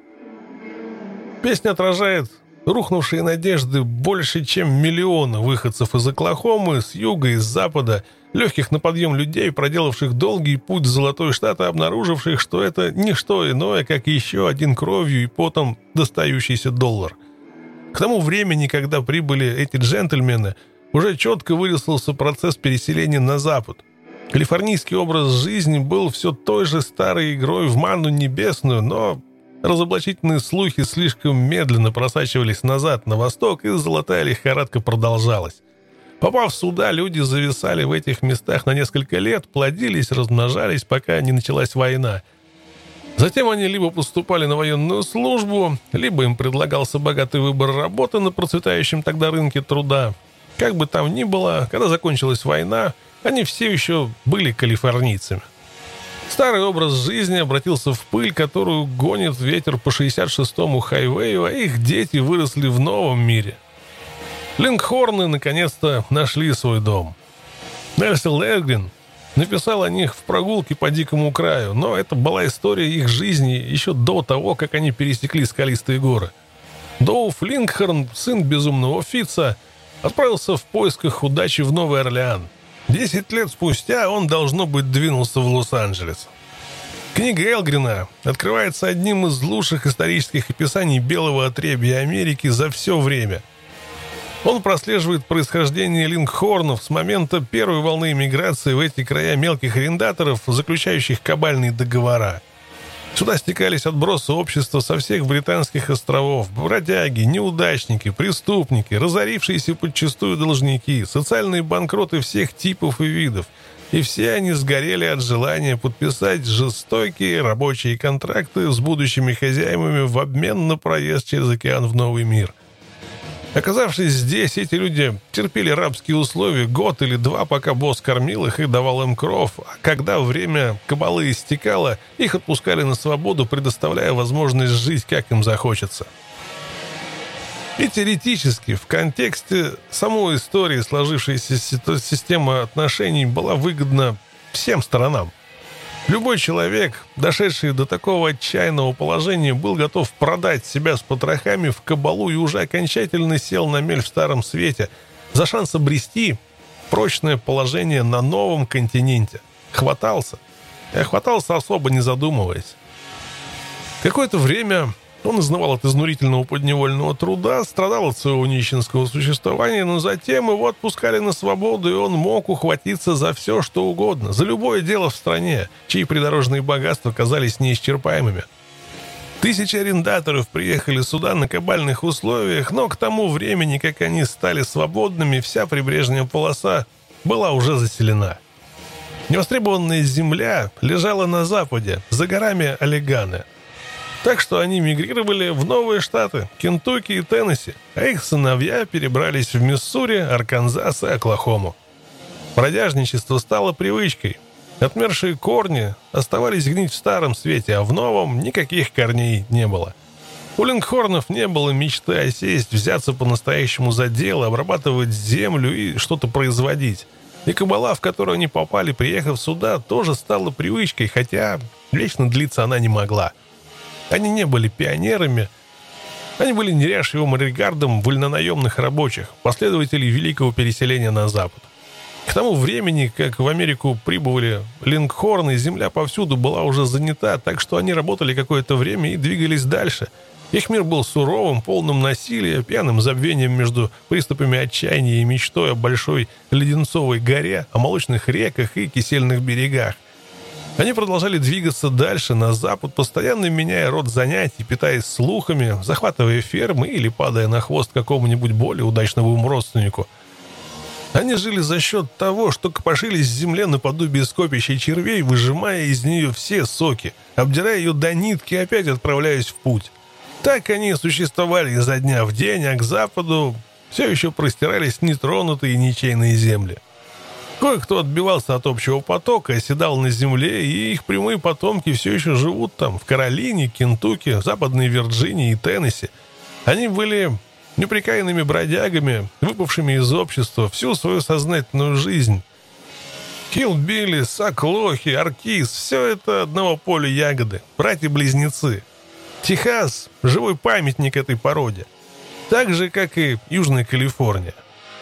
Песня отражает рухнувшие надежды больше, чем миллиона выходцев из Оклахомы, с юга и с запада, легких на подъем людей, проделавших долгий путь в Золотой Штат и обнаруживших, что это не что иное, как еще один кровью и потом достающийся доллар. К тому времени, когда прибыли эти джентльмены, уже четко вырисовался процесс переселения на запад. Калифорнийский образ жизни был все той же старой игрой в манну небесную, но разоблачительные слухи слишком медленно просачивались назад, на восток, и золотая лихорадка продолжалась. Попав сюда, люди зависали в этих местах на несколько лет, плодились, размножались, пока не началась война. Затем они либо поступали на военную службу, либо им предлагался богатый выбор работы на процветающем тогда рынке труда. Как бы там ни было, когда закончилась война, они все еще были калифорнийцами. Старый образ жизни обратился в пыль, которую гонит ветер по 66-му хайвею, а их дети выросли в новом мире. Линкхорны наконец-то нашли свой дом. Нельсон Элгрин написал о них в прогулке по Дикому краю, но это была история их жизни еще до того, как они пересекли скалистые горы. Доуф Линкхорн, сын безумного Фитца, отправился в поисках удачи в Новый Орлеан. 10 лет спустя он, должно быть, двинулся в Лос-Анджелес. Книга Элгрина открывается одним из лучших исторических описаний белого отребья Америки за все время. Он прослеживает происхождение Линкхорнов с момента первой волны эмиграции в эти края мелких арендаторов, заключающих кабальные договора. Сюда стекались отбросы общества со всех британских островов, бродяги, неудачники, преступники, разорившиеся подчистую должники, социальные банкроты всех типов и видов. И все они сгорели от желания подписать жестокие рабочие контракты с будущими хозяевами в обмен на проезд через океан в новый мир. Оказавшись здесь, эти люди терпели рабские условия год или два, пока босс кормил их и давал им кров, а когда время кабалы истекало, их отпускали на свободу, предоставляя возможность жить, как им захочется. И теоретически, в контексте самой истории сложившаяся система отношений была выгодна всем сторонам. Любой человек, дошедший до такого отчаянного положения, был готов продать себя с потрохами в кабалу и уже окончательно сел на мель в Старом Свете за шанс обрести прочное положение на новом континенте. Хватался особо не задумываясь. Какое-то время он изнывал от изнурительного подневольного труда, страдал от своего нищенского существования, но затем его отпускали на свободу, и он мог ухватиться за все, что угодно, за любое дело в стране, чьи придорожные богатства казались неисчерпаемыми. Тысячи арендаторов приехали сюда на кабальных условиях, но к тому времени, как они стали свободными, вся прибрежная полоса была уже заселена. Невостребованная земля лежала на западе, за горами Аллеганы. Так что они мигрировали в новые штаты, Кентукки и Теннесси, а их сыновья перебрались в Миссури, Арканзас и Оклахому. Бродяжничество стало привычкой. Отмершие корни оставались гнить в Старом Свете, а в Новом никаких корней не было. У Лингхорнов не было мечты осесть, взяться по-настоящему за дело, обрабатывать землю и что-то производить. И кабала, в которую они попали, приехав сюда, тоже стала привычкой, хотя вечно длиться она не могла. Они не были пионерами, они были неряшливым регардом вольнонаемных рабочих, последователей великого переселения на запад. К тому времени, как в Америку прибыли Лингхорны, земля повсюду была уже занята, так что они работали какое-то время и двигались дальше. Их мир был суровым, полным насилия, пьяным забвением между приступами отчаяния и мечтой о большой леденцовой горе, о молочных реках и кисельных берегах. Они продолжали двигаться дальше, на запад, постоянно меняя род занятий, питаясь слухами, захватывая фермы или падая на хвост какому-нибудь более удачному родственнику. Они жили за счет того, что копошились в земле наподобие скопища червей, выжимая из нее все соки, обдирая ее до нитки и опять отправляясь в путь. Так они существовали изо дня в день, а к западу все еще простирались нетронутые ничейные земли. Кое-кто отбивался от общего потока, оседал на земле, и их прямые потомки все еще живут там, в Каролине, Кентукки, Западной Вирджинии и Теннесси. Они были непрекаянными бродягами, выпавшими из общества всю свою сознательную жизнь. Хиллбилли, Саклохи, Аркис — все это одного поля ягоды, братья-близнецы. Техас — живой памятник этой породе, так же, как и Южная Калифорния.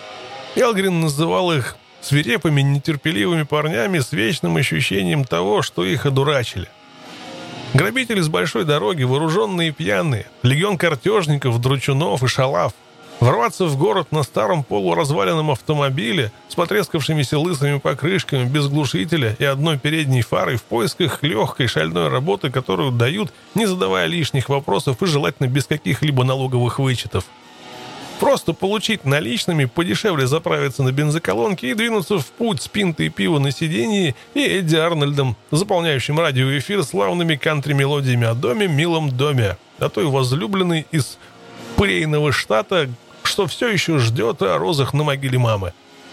Элгрин называл их свирепыми, нетерпеливыми парнями с вечным ощущением того, что их одурачили. Грабители с большой дороги, вооруженные и пьяные, легион картежников, дручунов и шалав. Ворваться в город на старом полуразваленном автомобиле с потрескавшимися лысыми покрышками, без глушителя и одной передней фарой в поисках легкой шальной работы, которую дают, не задавая лишних вопросов и желательно без каких-либо налоговых вычетов. Просто получить наличными, подешевле заправиться на бензоколонке и двинуться в путь с пинтой пива на сиденье и Эдди Арнольдом, заполняющим радиоэфир славными кантри-мелодиями о доме, милом доме, о той возлюбленной из Прейного штата, что все еще ждет о розах на могиле мамы.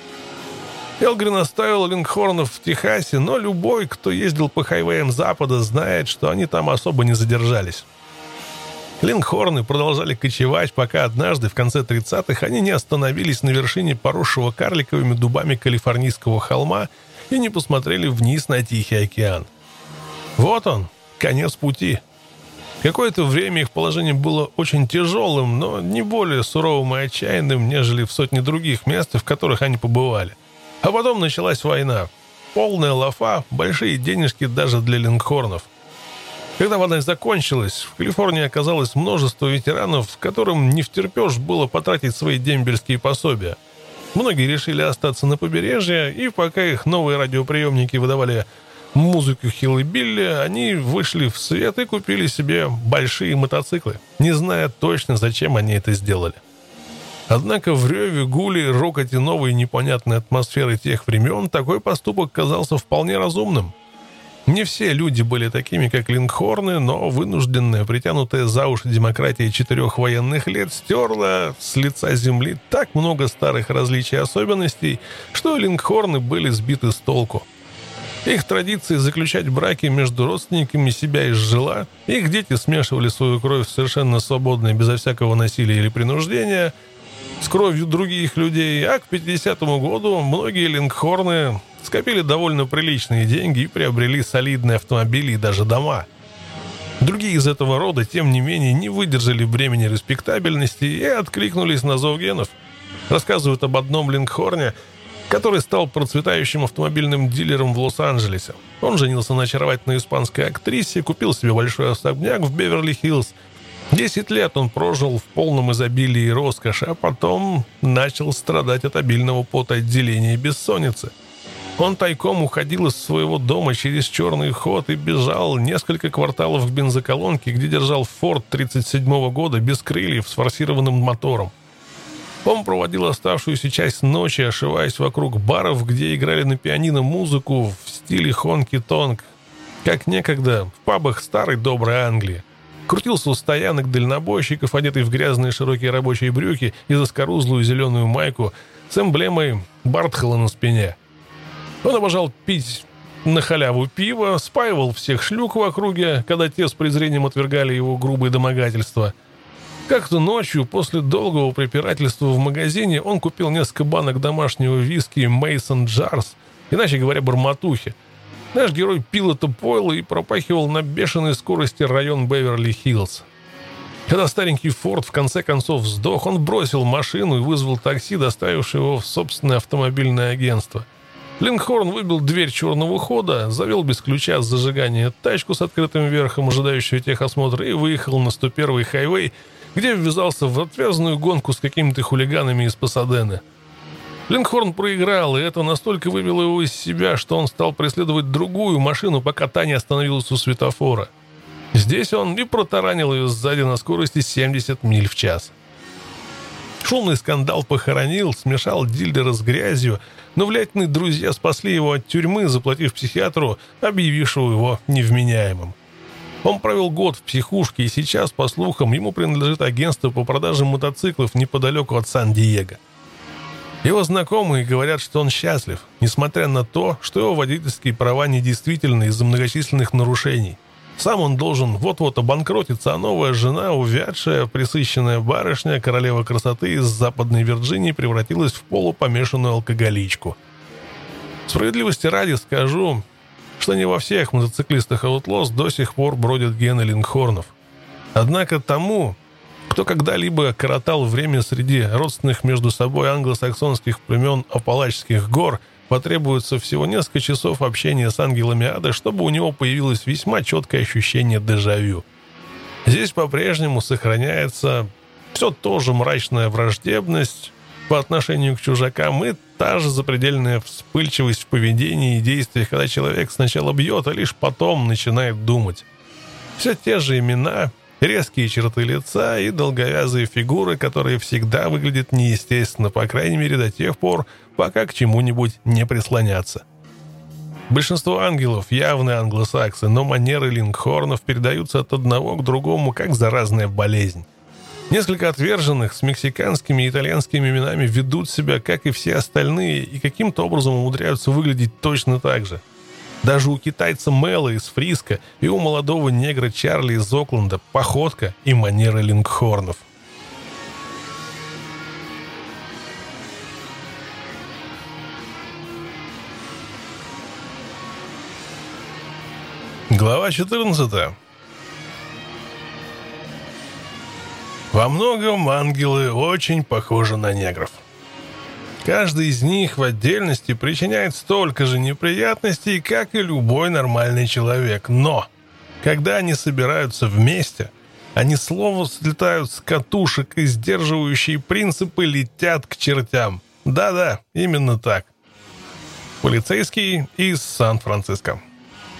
Элгрин оставил Лингхорнов в Техасе, но любой, кто ездил по хайвеям Запада, знает, что они там особо не задержались. Лингхорны продолжали кочевать, пока однажды, в конце 30-х, они не остановились на вершине поросшего карликовыми дубами калифорнийского холма и не посмотрели вниз на Тихий океан. Вот он, конец пути. Какое-то время их положение было очень тяжелым, но не более суровым и отчаянным, нежели в сотне других мест, в которых они побывали. А потом началась война. Полная лафа, большие денежки даже для Лингхорнов. Когда война закончилась, в Калифорнии оказалось множество ветеранов, которым не втерпешь было потратить свои дембельские пособия. Многие решили остаться на побережье, и пока их новые радиоприемники выдавали музыку Хиллbilly, они вышли в свет и купили себе большие мотоциклы, не зная точно, зачем они это сделали. Однако в реве, гуле, рокоте новой непонятной атмосферы тех времен такой поступок казался вполне разумным. Не все люди были такими, как Линкхорны, но вынужденная, притянутая за уши демократия 4 военных лет стерла с лица земли так много старых различий и особенностей, что Линкхорны были сбиты с толку. Их традиции заключать браки между родственниками себя изжила, их дети смешивали свою кровь совершенно свободно и безо всякого насилия или принуждения с кровью других людей, а к 50-му году многие Линкхорны скопили довольно приличные деньги и приобрели солидные автомобили и даже дома. Другие из этого рода, тем не менее, не выдержали бремени респектабельности и откликнулись на зов генов. Рассказывают об одном Линкхорне, который стал процветающим автомобильным дилером в Лос-Анджелесе. Он женился на очаровательной испанской актрисе, купил себе большой особняк в Беверли-Хиллз. 10 лет он прожил в полном изобилии и роскоши, а потом начал страдать от обильного потоотделения и бессонницы. Он тайком уходил из своего дома через черный ход и бежал несколько кварталов к бензоколонке, где держал «Форд» 1937 года без крыльев с форсированным мотором. Он проводил оставшуюся часть ночи, ошиваясь вокруг баров, где играли на пианино музыку в стиле хонки-тонг, как некогда в пабах старой доброй Англии. Крутился у стоянок дальнобойщиков, одетый в грязные широкие рабочие брюки и заскорузлую зеленую майку с эмблемой Бартхола на спине. Он обожал пить на халяву пиво, спаивал всех шлюк в округе, когда те с презрением отвергали его грубые домогательства. Как-то ночью, после долгого препирательства в магазине, он купил несколько банок домашнего виски Mason Jars, иначе говоря, бормотухи. Наш герой пил это пойло и пропахивал на бешеной скорости район Беверли-Хиллз. Когда старенький Форд в конце концов сдох, он бросил машину и вызвал такси, доставившее его в собственное автомобильное агентство. Линкхорн выбил дверь черного хода, завел без ключа с зажигания тачку с открытым верхом, ожидающую техосмотра, и выехал на 101-й хайвей, где ввязался в отвязную гонку с какими-то хулиганами из Пасадены. Линкхорн проиграл, и это настолько вывело его из себя, что он стал преследовать другую машину, пока та не остановилась у светофора. Здесь он и протаранил ее сзади на скорости 70 миль в час. Шумный скандал похоронил, смешал дилера с грязью, но влиятельные друзья спасли его от тюрьмы, заплатив психиатру, объявившего его невменяемым. Он провел год в психушке, и сейчас, по слухам, ему принадлежит агентство по продаже мотоциклов неподалеку от Сан-Диего. Его знакомые говорят, что он счастлив, несмотря на то, что его водительские права недействительны из-за многочисленных нарушений. Сам он должен вот-вот обанкротиться, а новая жена, увядшая, пресыщенная барышня, королева красоты из Западной Вирджинии, превратилась в полупомешанную алкоголичку. Справедливости ради скажу, что не во всех мотоциклистах Outlaws до сих пор бродят гены Линкхорнов. Однако тому, кто когда-либо коротал время среди родственных между собой англосаксонских племен Апалачских гор, потребуется всего несколько часов общения с ангелами ада, чтобы у него появилось весьма четкое ощущение дежавю. Здесь по-прежнему сохраняется все то же мрачная враждебность по отношению к чужакам и та же запредельная вспыльчивость в поведении и действиях, когда человек сначала бьет, а лишь потом начинает думать. Все те же имена, резкие черты лица и долговязые фигуры, которые всегда выглядят неестественно, по крайней мере до тех пор, пока к чему-нибудь не прислонятся. Большинство ангелов явные англосаксы, но манеры Линкхорнов передаются от одного к другому, как заразная болезнь. Несколько отверженных с мексиканскими и итальянскими именами ведут себя, как и все остальные, и каким-то образом умудряются выглядеть точно так же. Даже у китайца Мэла из Фриско и у молодого негра Чарли из Окленда походка и манеры Линкхорнов. Глава 14. Во многом ангелы очень похожи на негров. Каждый из них в отдельности причиняет столько же неприятностей, как и любой нормальный человек. Но, когда они собираются вместе, они словно слетают с катушек, и сдерживающие принципы летят к чертям. Да-да, именно так. Полицейский из Сан-Франциско.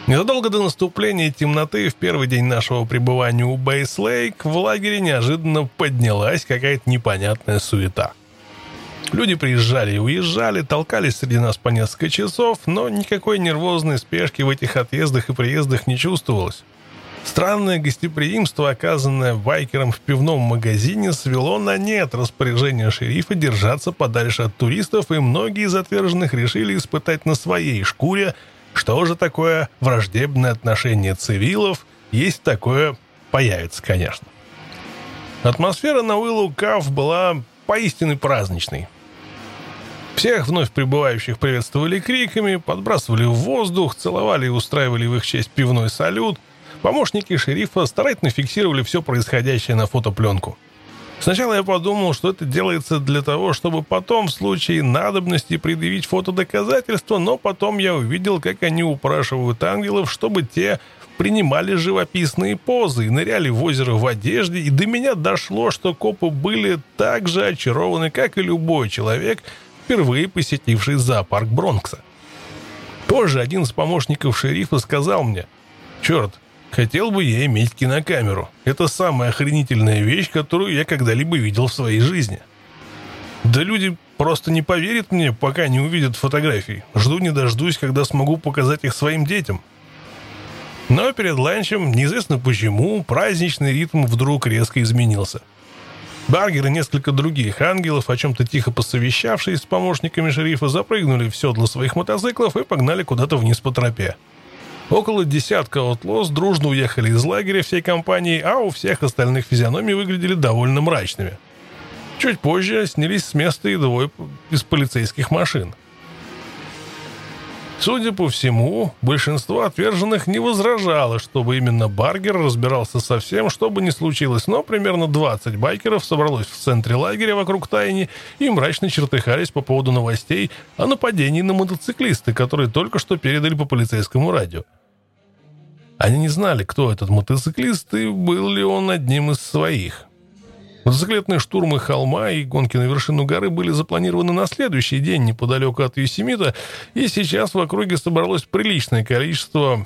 Незадолго до наступления темноты в первый день нашего пребывания у Бейс-Лейк в лагере неожиданно поднялась какая-то непонятная суета. Люди приезжали и уезжали, толкались среди нас по несколько часов, но никакой нервозной спешки в этих отъездах и приездах не чувствовалось. Странное гостеприимство, оказанное байкером в пивном магазине, свело на нет распоряжение шерифа держаться подальше от туристов, и многие из отверженных решили испытать на своей шкуре, что же такое враждебное отношение цивилов, есть такое, появится, конечно. Атмосфера на Уиллоу Кав была поистине праздничной. Всех вновь прибывающих приветствовали криками, подбрасывали в воздух, целовали и устраивали в их честь пивной салют. Помощники шерифа старательно фиксировали все происходящее на фотопленку. Сначала я подумал, что это делается для того, чтобы потом в случае надобности предъявить фотодоказательства, но потом я увидел, как они упрашивают ангелов, чтобы те принимали живописные позы и ныряли в озеро в одежде, и до меня дошло, что копы были так же очарованы, как и любой человек, впервые посетивший зоопарк Бронкса. Позже один из помощников шерифа сказал мне: «Черт, хотел бы я иметь кинокамеру. Это самая охренительная вещь, которую я когда-либо видел в своей жизни». Да люди просто не поверят мне, пока не увидят фотографий. Жду не дождусь, когда смогу показать их своим детям. Но перед ланчем, неизвестно почему, праздничный ритм вдруг резко изменился. Баргер и несколько других ангелов, о чем-то тихо посовещавшись с помощниками шерифа, запрыгнули в седла своих мотоциклов и погнали куда-то вниз по тропе. Около десятка аутлос дружно уехали из лагеря всей компанией, а у всех остальных физиономии выглядели довольно мрачными. Чуть позже снялись с места и двое из полицейских машин. Судя по всему, большинство отверженных не возражало, чтобы именно Баргер разбирался со всем, что бы ни случилось, но примерно 20 байкеров собралось в центре лагеря вокруг Тайни и мрачно чертыхались по поводу новостей о нападении на мотоциклиста, которые только что передали по полицейскому радио. Они не знали, кто этот мотоциклист и был ли он одним из своих. Мотоциклетные штурмы холма и гонки на вершину горы были запланированы на следующий день неподалеку от Юсемита, и сейчас в округе собралось приличное количество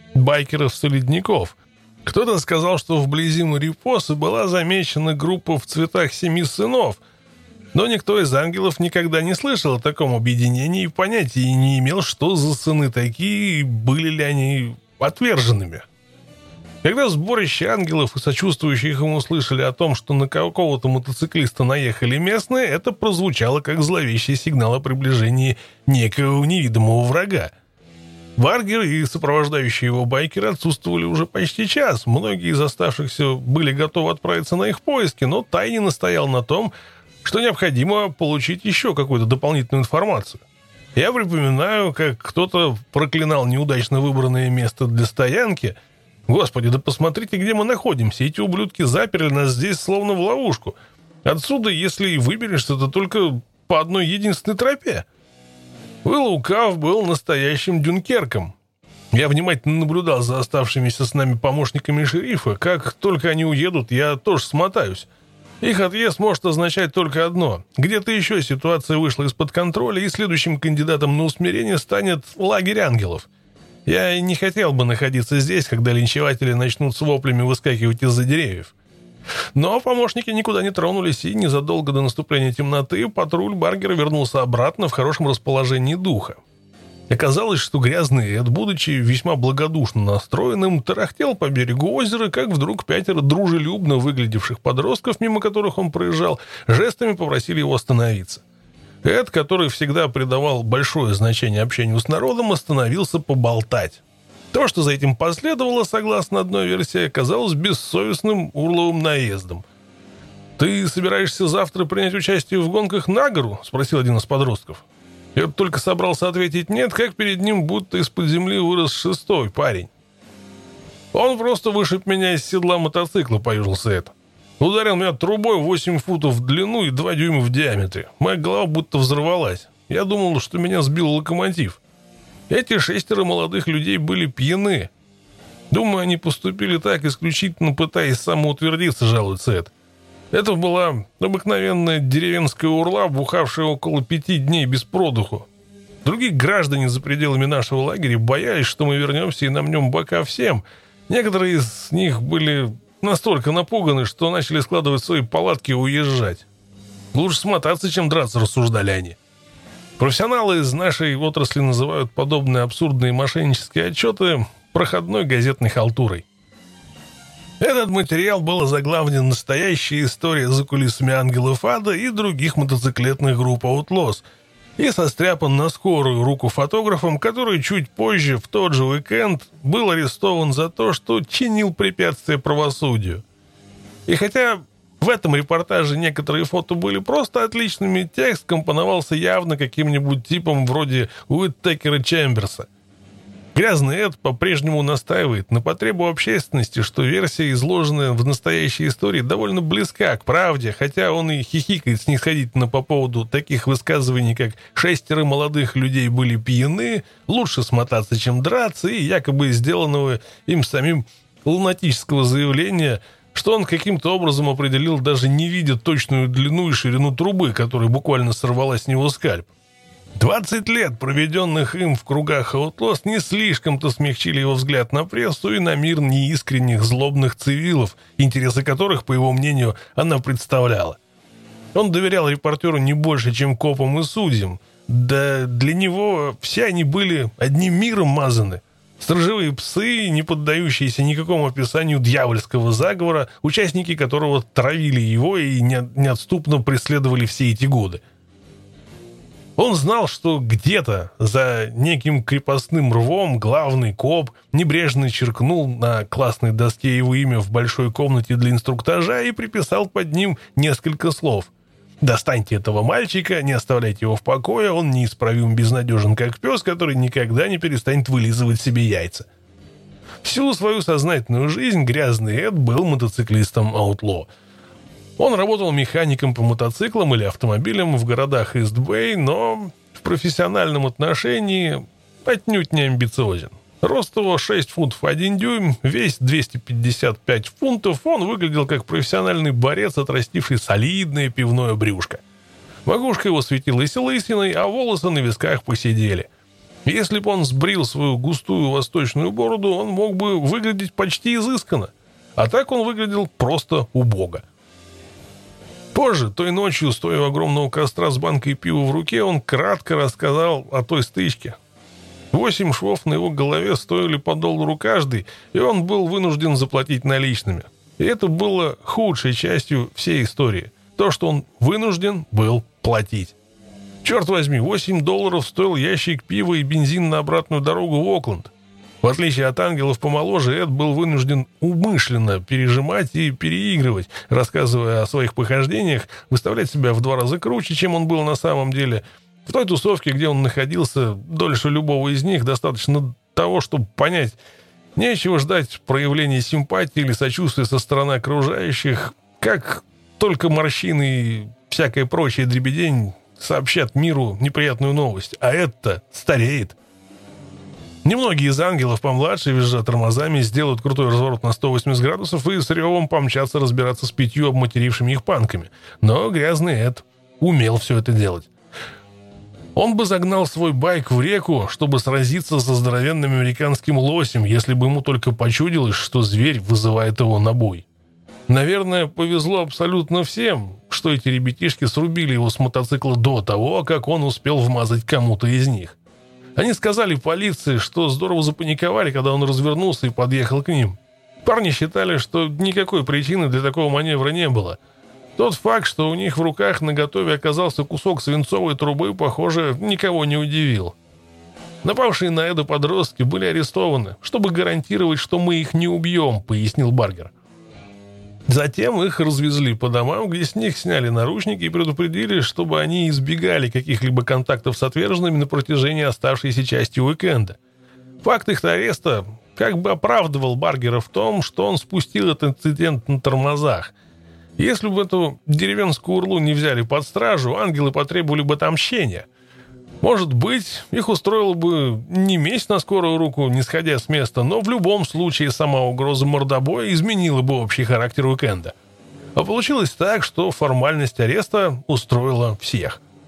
байкеров-солидников. Кто-то сказал, что вблизи Марипосы была замечена группа в цветах 7 сынов, но никто из ангелов никогда не слышал о таком объединении и понятия не имел, что за сыны такие и были ли они отверженными. Когда сборище ангелов и сочувствующих им услышали о том, что на какого-то мотоциклиста наехали местные, это прозвучало как зловещий сигнал о приближении некого невидимого врага. Баргер и сопровождающие его байкеры отсутствовали уже почти час. Многие из оставшихся были готовы отправиться на их поиски, но Тайни настоял на том, что необходимо получить еще какую-то дополнительную информацию. Я припоминаю, как кто-то проклинал неудачно выбранное место для стоянки. Господи, да посмотрите, где мы находимся. Эти ублюдки заперли нас здесь словно в ловушку. Отсюда, если и выберешься, то только по одной единственной тропе. Уиллоу Кав был настоящим Дюнкерком. Я внимательно наблюдал за оставшимися с нами помощниками шерифа. Как только они уедут, я тоже смотаюсь. Их отъезд может означать только одно. Где-то еще ситуация вышла из-под контроля, и следующим кандидатом на усмирение станет лагерь ангелов. Я не хотел бы находиться здесь, когда линчеватели начнут с воплями выскакивать из-за деревьев. Но помощники никуда не тронулись, и незадолго до наступления темноты патруль Баргера вернулся обратно в хорошем расположении духа. Оказалось, что грязный Эд, будучи весьма благодушно настроенным, тарахтел по берегу озера, как вдруг 5 дружелюбно выглядевших подростков, мимо которых он проезжал, жестами попросили его остановиться. Эд, который всегда придавал большое значение общению с народом, остановился поболтать. То, что за этим последовало, согласно одной версии, оказалось бессовестным урловым наездом. «Ты собираешься завтра принять участие в гонках на гору?» — спросил один из подростков. Я только собрался ответить «нет», как перед ним будто из-под земли вырос 6-й парень. «Он просто вышиб меня из седла мотоцикла», — поюжился Эд. «Ударил меня трубой 8 футов в длину и 2 дюйма в диаметре. Моя голова будто взорвалась. Я думал, что меня сбил локомотив. Эти 6 молодых людей были пьяны. Думаю, они поступили так, исключительно пытаясь самоутвердиться», — жалуется Эд. Это была обыкновенная деревенская урла, бухавшая около 5 дней без продуху. Другие граждане за пределами нашего лагеря боялись, что мы вернемся и намнем бока всем. Некоторые из них были настолько напуганы, что начали складывать свои палатки и уезжать. Лучше смотаться, чем драться, рассуждали они. Профессионалы из нашей отрасли называют подобные абсурдные мошеннические отчеты проходной газетной халтурой. Этот материал был озаглавлен «Настоящая история за кулисами ангелов ада» и других мотоциклетных групп Outlaws и состряпан на скорую руку фотографом, который чуть позже, в тот же уикенд, был арестован за то, что чинил препятствия правосудию. И хотя в этом репортаже некоторые фото были просто отличными, текст компоновался явно каким-нибудь типом вроде Уиттекера Чемберса. Грязный Эд по-прежнему настаивает на потребу общественности, что версия, изложенная в настоящей истории, довольно близка к правде, хотя он и хихикает снисходительно по поводу таких высказываний, как «6 молодых людей были пьяны», «лучше смотаться, чем драться» и якобы сделанного им самим лунатического заявления, что он каким-то образом определил, даже не видя точную длину и ширину трубы, которая буквально сорвала с него скальп. 20 лет, проведенных им в кругах Outlaws, не слишком-то смягчили его взгляд на прессу и на мир неискренних злобных цивилов, интересы которых, по его мнению, она представляла. Он доверял репортеру не больше, чем копам и судьям. Да для него все они были одним миром мазаны. Сторожевые псы, не поддающиеся никакому описанию дьявольского заговора, участники которого травили его и неотступно преследовали все эти годы. Он знал, что где-то за неким крепостным рвом главный коп небрежно черкнул на классной доске его имя в большой комнате для инструктажа и приписал под ним несколько слов. «Достаньте этого мальчика, не оставляйте его в покое, он неисправим безнадежен, как пес, который никогда не перестанет вылизывать себе яйца». Всю свою сознательную жизнь грязный Эд был мотоциклистом Outlaw. Он работал механиком по мотоциклам или автомобилям в городах Ист-Бэй, но в профессиональном отношении отнюдь не амбициозен. Рост его 6 футов 1 дюйм, вес 255 фунтов, он выглядел как профессиональный борец, отрастивший солидное пивное брюшко. Макушка его светилась лысиной, а волосы на висках поседели. Если бы он сбрил свою густую восточную бороду, он мог бы выглядеть почти изысканно, а так он выглядел просто убого. Позже, той ночью, стоя у огромного костра с банкой пива в руке, он кратко рассказал о той стычке. 8 швов на его голове стоили по $1 каждый, и он был вынужден заплатить наличными. И это было худшей частью всей истории. То, что он вынужден был платить. Черт возьми, $8 стоил ящик пива и бензин на обратную дорогу в Окленд. В отличие от ангелов помоложе, Эд был вынужден умышленно пережимать и переигрывать, рассказывая о своих похождениях, выставлять себя в 2 раза круче, чем он был на самом деле. В той тусовке, где он находился, дольше любого из них достаточно того, чтобы понять, нечего ждать проявления симпатии или сочувствия со стороны окружающих, как только морщины и всякая прочая дребедень сообщат миру неприятную новость, а это стареет. Немногие из ангелов помладше, визжа тормозами, сделают крутой разворот на 180 градусов и с ревом помчатся разбираться с 5 обматерившими их панками. Но грязный Эд умел все это делать. Он бы загнал свой байк в реку, чтобы сразиться со здоровенным американским лосем, если бы ему только почудилось, что зверь вызывает его на бой. Наверное, повезло абсолютно всем, что эти ребятишки срубили его с мотоцикла до того, как он успел вмазать кому-то из них. Они сказали полиции, что здорово запаниковали, когда он развернулся и подъехал к ним. Парни считали, что никакой причины для такого маневра не было. Тот факт, что у них в руках наготове оказался кусок свинцовой трубы, похоже, никого не удивил. Напавшие на Эда подростки были арестованы, чтобы гарантировать, что мы их не убьем, пояснил Баргер. Затем их развезли по домам, где с них сняли наручники и предупредили, чтобы они избегали каких-либо контактов с отверженными на протяжении оставшейся части уикенда. Факт их ареста как бы оправдывал Баргера в том, что он спустил этот инцидент на тормозах. Если бы эту деревенскую урлу не взяли под стражу, ангелы потребовали бы отмщения. Может быть, их устроило бы не месть на скорую руку, не сходя с места, но в любом случае сама угроза мордобоя изменила бы общий характер уикенда. А получилось так, что формальность ареста устроила всех.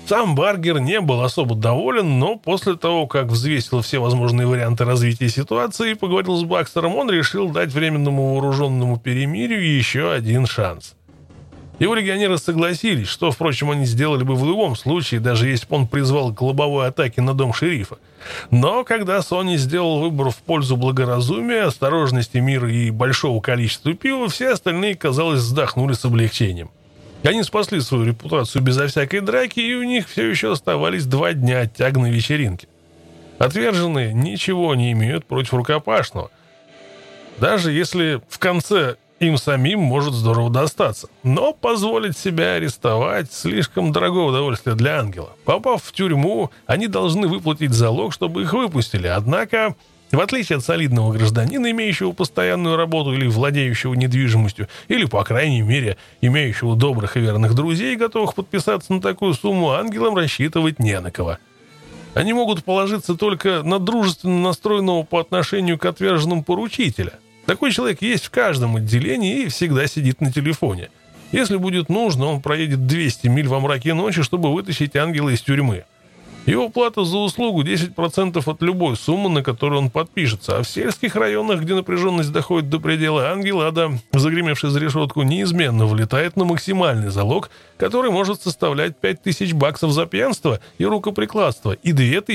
Сам Баргер не был особо доволен, но после того, как взвесил все возможные варианты развития ситуации и поговорил с Бакстером, он решил дать временному вооруженному перемирию еще один шанс. Его легионеры согласились, что, впрочем, они сделали бы в любом случае, даже если бы он призвал к лобовой атаке на дом шерифа. Но когда Сони сделал выбор в пользу благоразумия, осторожности, мира и большого количества пива, все остальные, казалось, вздохнули с облегчением. Они спасли свою репутацию безо всякой драки, и у них все еще оставались 2 дня оттяга вечеринки. Отверженные ничего не имеют против рукопашного, даже если в конце им самим может здорово достаться. Но позволить себя арестовать – слишком дорогое удовольствие для ангела. Попав в тюрьму, они должны выплатить залог, чтобы их выпустили. Однако, в отличие от солидного гражданина, имеющего постоянную работу или владеющего недвижимостью, или, по крайней мере, имеющего добрых и верных друзей, готовых подписаться на такую сумму, ангелам рассчитывать не на кого. Они могут положиться только на дружественно настроенного по отношению к отверженным поручителя. Такой человек есть в каждом отделении и всегда сидит на телефоне. Если будет нужно, он проедет 200 миль во мраке ночи, чтобы вытащить ангела из тюрьмы. Его плата за услугу 10% от любой суммы, на которую он подпишется. А в сельских районах, где напряженность доходит до предела, ангел ада, загремевший за решетку, неизменно влетает на максимальный залог, который может составлять $5000 за пьянство и рукоприкладство и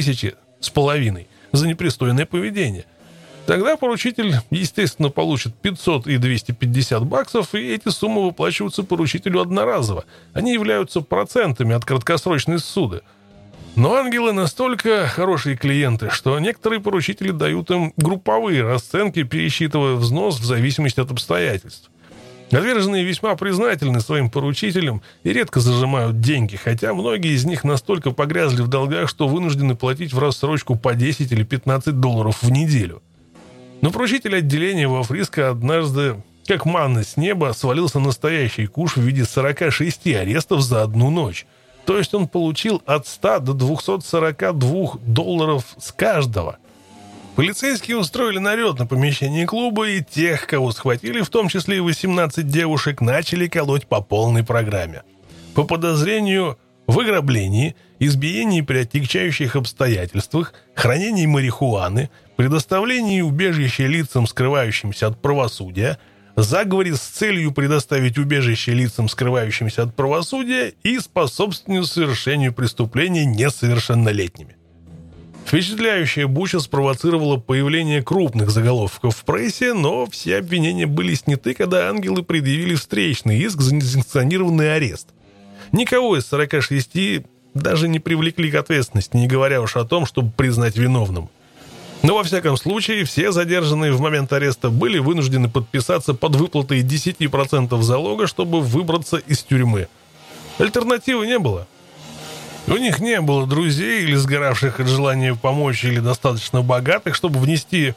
2500 за непристойное поведение. Тогда поручитель, естественно, получит $500 и $250, и эти суммы выплачиваются поручителю одноразово. Они являются процентами от краткосрочной ссуды. Но ангелы настолько хорошие клиенты, что некоторые поручители дают им групповые расценки, пересчитывая взнос в зависимости от обстоятельств. Отверженные весьма признательны своим поручителям и редко зажимают деньги, хотя многие из них настолько погрязли в долгах, что вынуждены платить в рассрочку по $10 или $15 в неделю. Но поручитель отделения во Фриско однажды, как манна с неба, свалился настоящий куш в виде 46 арестов за одну ночь. То есть он получил от $100 до $242 с каждого. Полицейские устроили налет на помещение клуба, и тех, кого схватили, в том числе и 18 девушек, начали колоть по полной программе. По подозрению в ограблении, избиении при отягчающих обстоятельствах, хранении марихуаны, предоставлении убежища лицам, скрывающимся от правосудия, заговоре с целью предоставить убежище лицам, скрывающимся от правосудия, и способствованию совершению преступления несовершеннолетними. Впечатляющая буча спровоцировала появление крупных заголовков в прессе, но все обвинения были сняты, когда ангелы предъявили встречный иск за несанкционированный арест. Никого из 46 даже не привлекли к ответственности, не говоря уж о том, чтобы признать виновным. Но во всяком случае, все задержанные в момент ареста были вынуждены подписаться под выплатой 10% залога, чтобы выбраться из тюрьмы. Альтернативы не было. У них не было друзей или сгоравших от желания помочь, или достаточно богатых, чтобы внести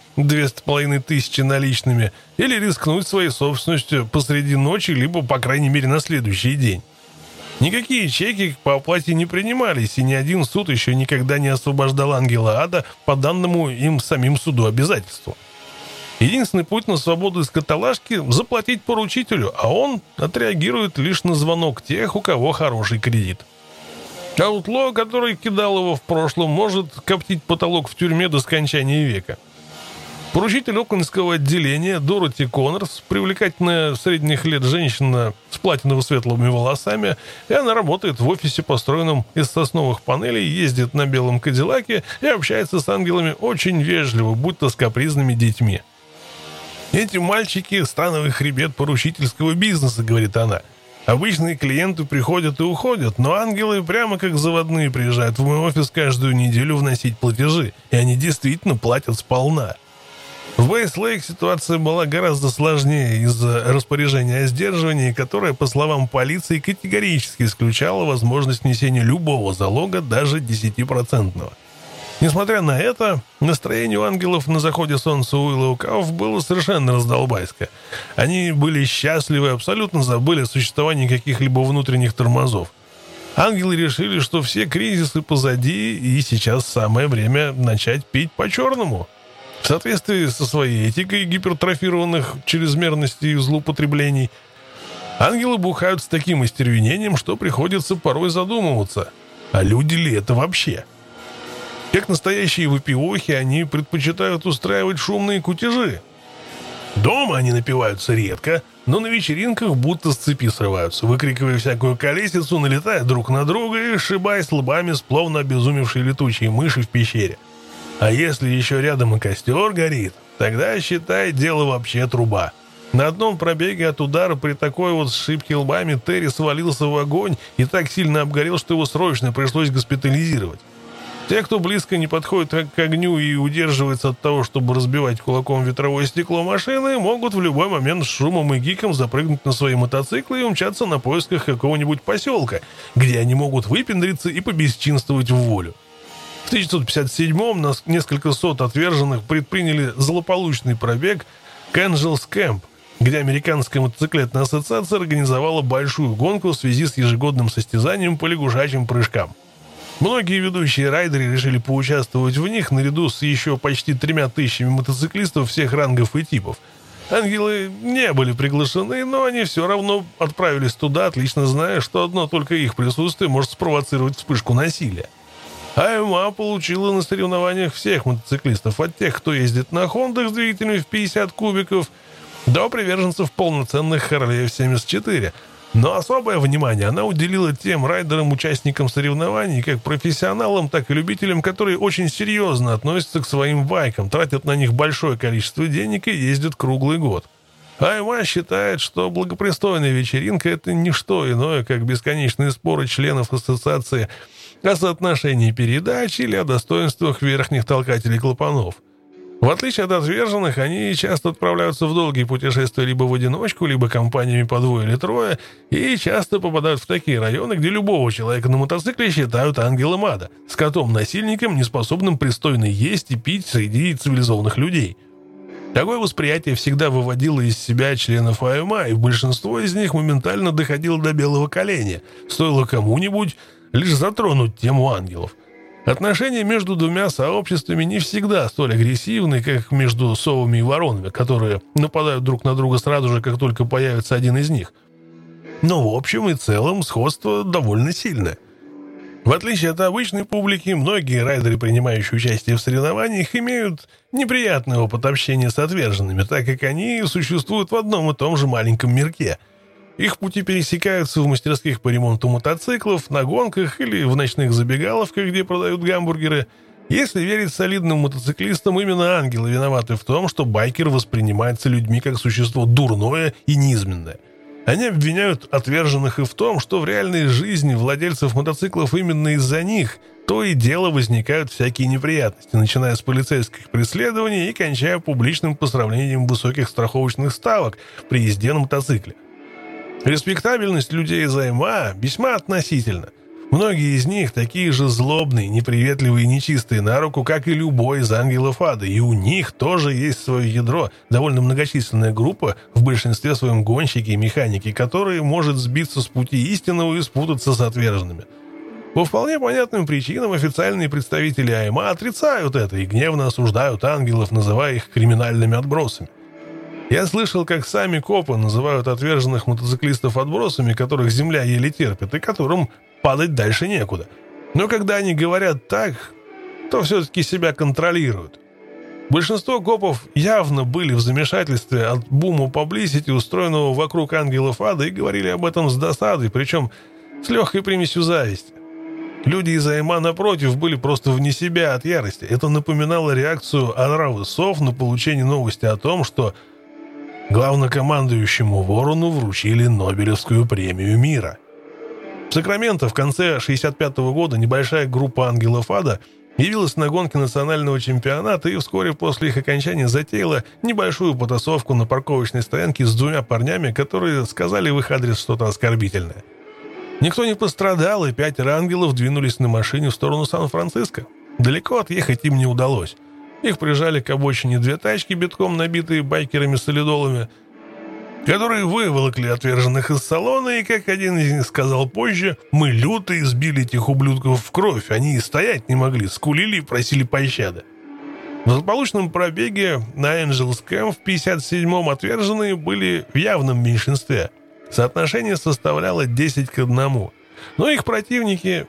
2500 наличными, или рискнуть своей собственностью посреди ночи, либо, по крайней мере, на следующий день. Никакие чеки по оплате не принимались, и ни один суд еще никогда не освобождал ангела ада по данному им самим суду обязательству. Единственный путь на свободу из каталажки – заплатить поручителю, а он отреагирует лишь на звонок тех, у кого хороший кредит. Аутло, который кидал его в прошлом, может коптить потолок в тюрьме до скончания века. Поручитель окленского отделения Дороти Коннорс, привлекательная средних лет женщина с платиново-светлыми волосами, и она работает в офисе, построенном из сосновых панелей, ездит на белом кадиллаке и общается с ангелами очень вежливо, будто с капризными детьми. «Эти мальчики – становый хребет поручительского бизнеса», — говорит она. «Обычные клиенты приходят и уходят, но ангелы прямо как заводные приезжают в мой офис каждую неделю вносить платежи, и они действительно платят сполна». В Бейс-Лейк ситуация была гораздо сложнее из-за распоряжения о сдерживании, которое, по словам полиции, категорически исключало возможность внесения любого залога, даже 10%. Несмотря на это, настроение у ангелов на заходе солнца у Уиллоу-Кауф было совершенно раздолбайское. Они были счастливы и абсолютно забыли о существовании каких-либо внутренних тормозов. Ангелы решили, что все кризисы позади, и сейчас самое время начать пить по-черному. В соответствии со своей этикой гипертрофированных чрезмерностей и злоупотреблений, ангелы бухают с таким остервенением, что приходится порой задумываться. А люди ли это вообще? Как настоящие выпивохи, они предпочитают устраивать шумные кутежи. Дома они напиваются редко, но на вечеринках будто с цепи срываются, выкрикивая всякую колесицу, налетая друг на друга и сшибаясь лбами с словно обезумевшие летучие мыши в пещере. А если еще рядом и костер горит, тогда, считай, дело вообще труба. На одном пробеге от удара при такой вот сшибке лбами Терри свалился в огонь и так сильно обгорел, что его срочно пришлось госпитализировать. Те, кто близко не подходит к огню и удерживается от того, чтобы разбивать кулаком ветровое стекло машины, могут в любой момент с шумом и гиком запрыгнуть на свои мотоциклы и умчаться на поисках какого-нибудь поселка, где они могут выпендриться и побесчинствовать в волю. В 1957-м несколько сот отверженных предприняли злополучный пробег к Angels Camp, где Американская мотоциклетная ассоциация организовала большую гонку в связи с ежегодным состязанием по лягушачьим прыжкам. Многие ведущие райдеры решили поучаствовать в них наряду с еще почти 3000 мотоциклистов всех рангов и типов. Ангелы не были приглашены, но они все равно отправились туда, отлично зная, что одно только их присутствие может спровоцировать вспышку насилия. АМА получила на соревнованиях всех мотоциклистов, от тех, кто ездит на Хондах с двигателями в 50 кубиков, до приверженцев полноценных Харлеев 74. Но особое внимание она уделила тем райдерам-участникам соревнований, как профессионалам, так и любителям, которые очень серьезно относятся к своим байкам, тратят на них большое количество денег и ездят круглый год. АМА считает, что благопристойная вечеринка – это не что иное, как бесконечные споры членов ассоциации о соотношении передач или о достоинствах верхних толкателей клапанов. В отличие от отверженных, они часто отправляются в долгие путешествия либо в одиночку, либо компаниями по двое или трое, и часто попадают в такие районы, где любого человека на мотоцикле считают ангелом ада, скотом-насильником, неспособным пристойно есть и пить среди цивилизованных людей. Такое восприятие всегда выводило из себя членов АМА, и большинство из них моментально доходило до белого коленя, стоило кому-нибудь лишь затронуть тему ангелов. Отношения между двумя сообществами не всегда столь агрессивны, как между совами и воронами, которые нападают друг на друга сразу же, как только появится один из них. Но в общем и целом сходство довольно сильное. В отличие от обычной публики, многие райдеры, принимающие участие в соревнованиях, имеют неприятный опыт общения с отверженными, так как они существуют в одном и том же маленьком мирке. Их пути пересекаются в мастерских по ремонту мотоциклов, на гонках или в ночных забегаловках, где продают гамбургеры. Если верить солидным мотоциклистам, именно ангелы виноваты в том, что байкер воспринимается людьми как существо дурное и низменное. Они обвиняют отверженных и в том, что в реальной жизни владельцев мотоциклов именно из-за них то и дело возникают всякие неприятности, начиная с полицейских преследований и кончая публичным посрамлением высоких страховочных ставок при езде на мотоцикле. Респектабельность людей из АМА весьма относительна. Многие из них такие же злобные, неприветливые и нечистые на руку, как и любой из ангелов ада, и у них тоже есть свое ядро, довольно многочисленная группа, в большинстве своем гонщики и механики, которые может сбиться с пути истинного и спутаться с отверженными. По вполне понятным причинам официальные представители АМА отрицают это и гневно осуждают ангелов, называя их криминальными отбросами. Я слышал, как сами копы называют отверженных мотоциклистов отбросами, которых земля еле терпит и которым падать дальше некуда. Но когда они говорят так, то все-таки себя контролируют. Большинство копов явно были в замешательстве от бума паблисити, устроенного вокруг ангелов ада, и говорили об этом с досадой, причем с легкой примесью зависти. Люди из АМА, напротив, были просто вне себя от ярости. Это напоминало реакцию оравы сов на получение новости о том, что главнокомандующему Ворону вручили Нобелевскую премию мира. В Сакраменто в конце 1965 года небольшая группа ангелов ада явилась на гонке национального чемпионата и вскоре после их окончания затеяла небольшую потасовку на парковочной стоянке с двумя парнями, которые сказали в их адрес что-то оскорбительное. Никто не пострадал, и 5 ангелов двинулись на машине в сторону Сан-Франциско. Далеко отъехать им не удалось. Их прижали к обочине 2 тачки, битком набитые байкерами-солидолами, которые выволокли отверженных из салона, и, как один из них сказал позже, «Мы люто избили этих ублюдков в кровь, они и стоять не могли, скулили и просили пощады». В злополучном пробеге на Angels Camp в 57-м отверженные были в явном меньшинстве. Соотношение составляло 10 к 1. Но их противники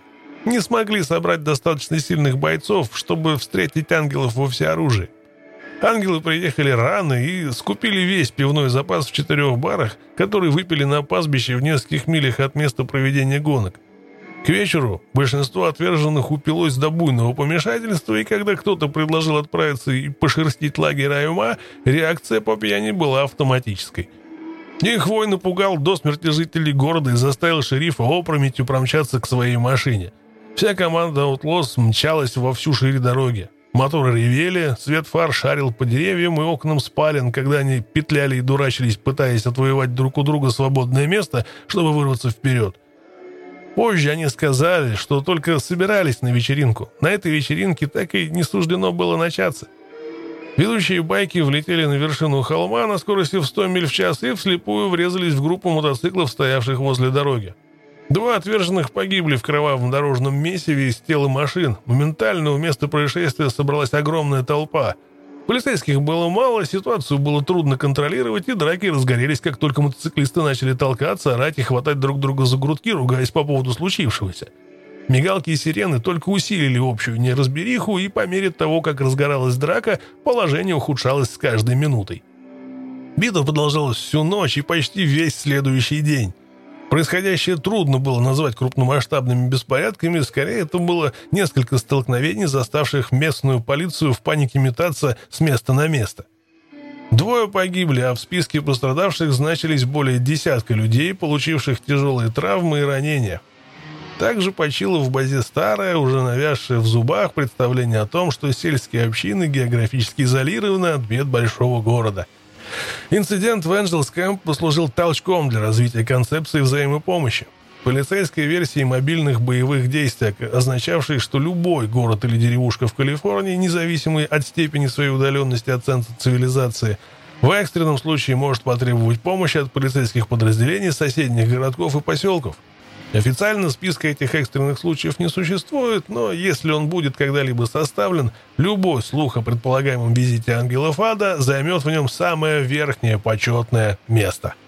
не смогли собрать достаточно сильных бойцов, чтобы встретить ангелов во всеоружии. Ангелы приехали рано и скупили весь пивной запас в 4 барах, которые выпили на пастбище в нескольких милях от места проведения гонок. К вечеру большинство отверженных упилось до буйного помешательства, и когда кто-то предложил отправиться и пошерстить лагерь Аюма, реакция по пьяни была автоматической. Их вой напугал до смерти жителей города и заставил шерифа опрометью промчаться к своей машине. Вся команда Outlaws мчалась во всю шире дороги. Моторы ревели, свет фар шарил по деревьям и окнам спален, когда они петляли и дурачились, пытаясь отвоевать друг у друга свободное место, чтобы вырваться вперед. Позже они сказали, что только собирались на вечеринку. На этой вечеринке так и не суждено было начаться. Ведущие байки влетели на вершину холма на скорости в 100 миль в час и вслепую врезались в группу мотоциклов, стоявших возле дороги. 2 отверженных погибли в кровавом дорожном месиве из тел и машин. Моментально у места происшествия собралась огромная толпа. Полицейских было мало, ситуацию было трудно контролировать, и драки разгорелись, как только мотоциклисты начали толкаться, орать и хватать друг друга за грудки, ругаясь по поводу случившегося. Мигалки и сирены только усилили общую неразбериху, и по мере того, как разгоралась драка, положение ухудшалось с каждой минутой. Битва продолжалась всю ночь и почти весь следующий день. Происходящее трудно было назвать крупномасштабными беспорядками, скорее это было несколько столкновений, заставших местную полицию в панике метаться с места на место. 2 погибли, а в списке пострадавших значились более десятка людей, получивших тяжелые травмы и ранения. Также почило в базе старое, уже навязшее в зубах представление о том, что сельские общины географически изолированы от бед большого города. Инцидент в Энджелс Кэмп послужил толчком для развития концепции взаимопомощи. Полицейской версии мобильных боевых действий, означавшей, что любой город или деревушка в Калифорнии, независимый от степени своей удаленности от центра цивилизации, в экстренном случае может потребовать помощи от полицейских подразделений соседних городков и поселков. Официально списка этих экстренных случаев не существует, но если он будет когда-либо составлен, любой слух о предполагаемом визите ангелов ада займет в нем самое верхнее почетное место.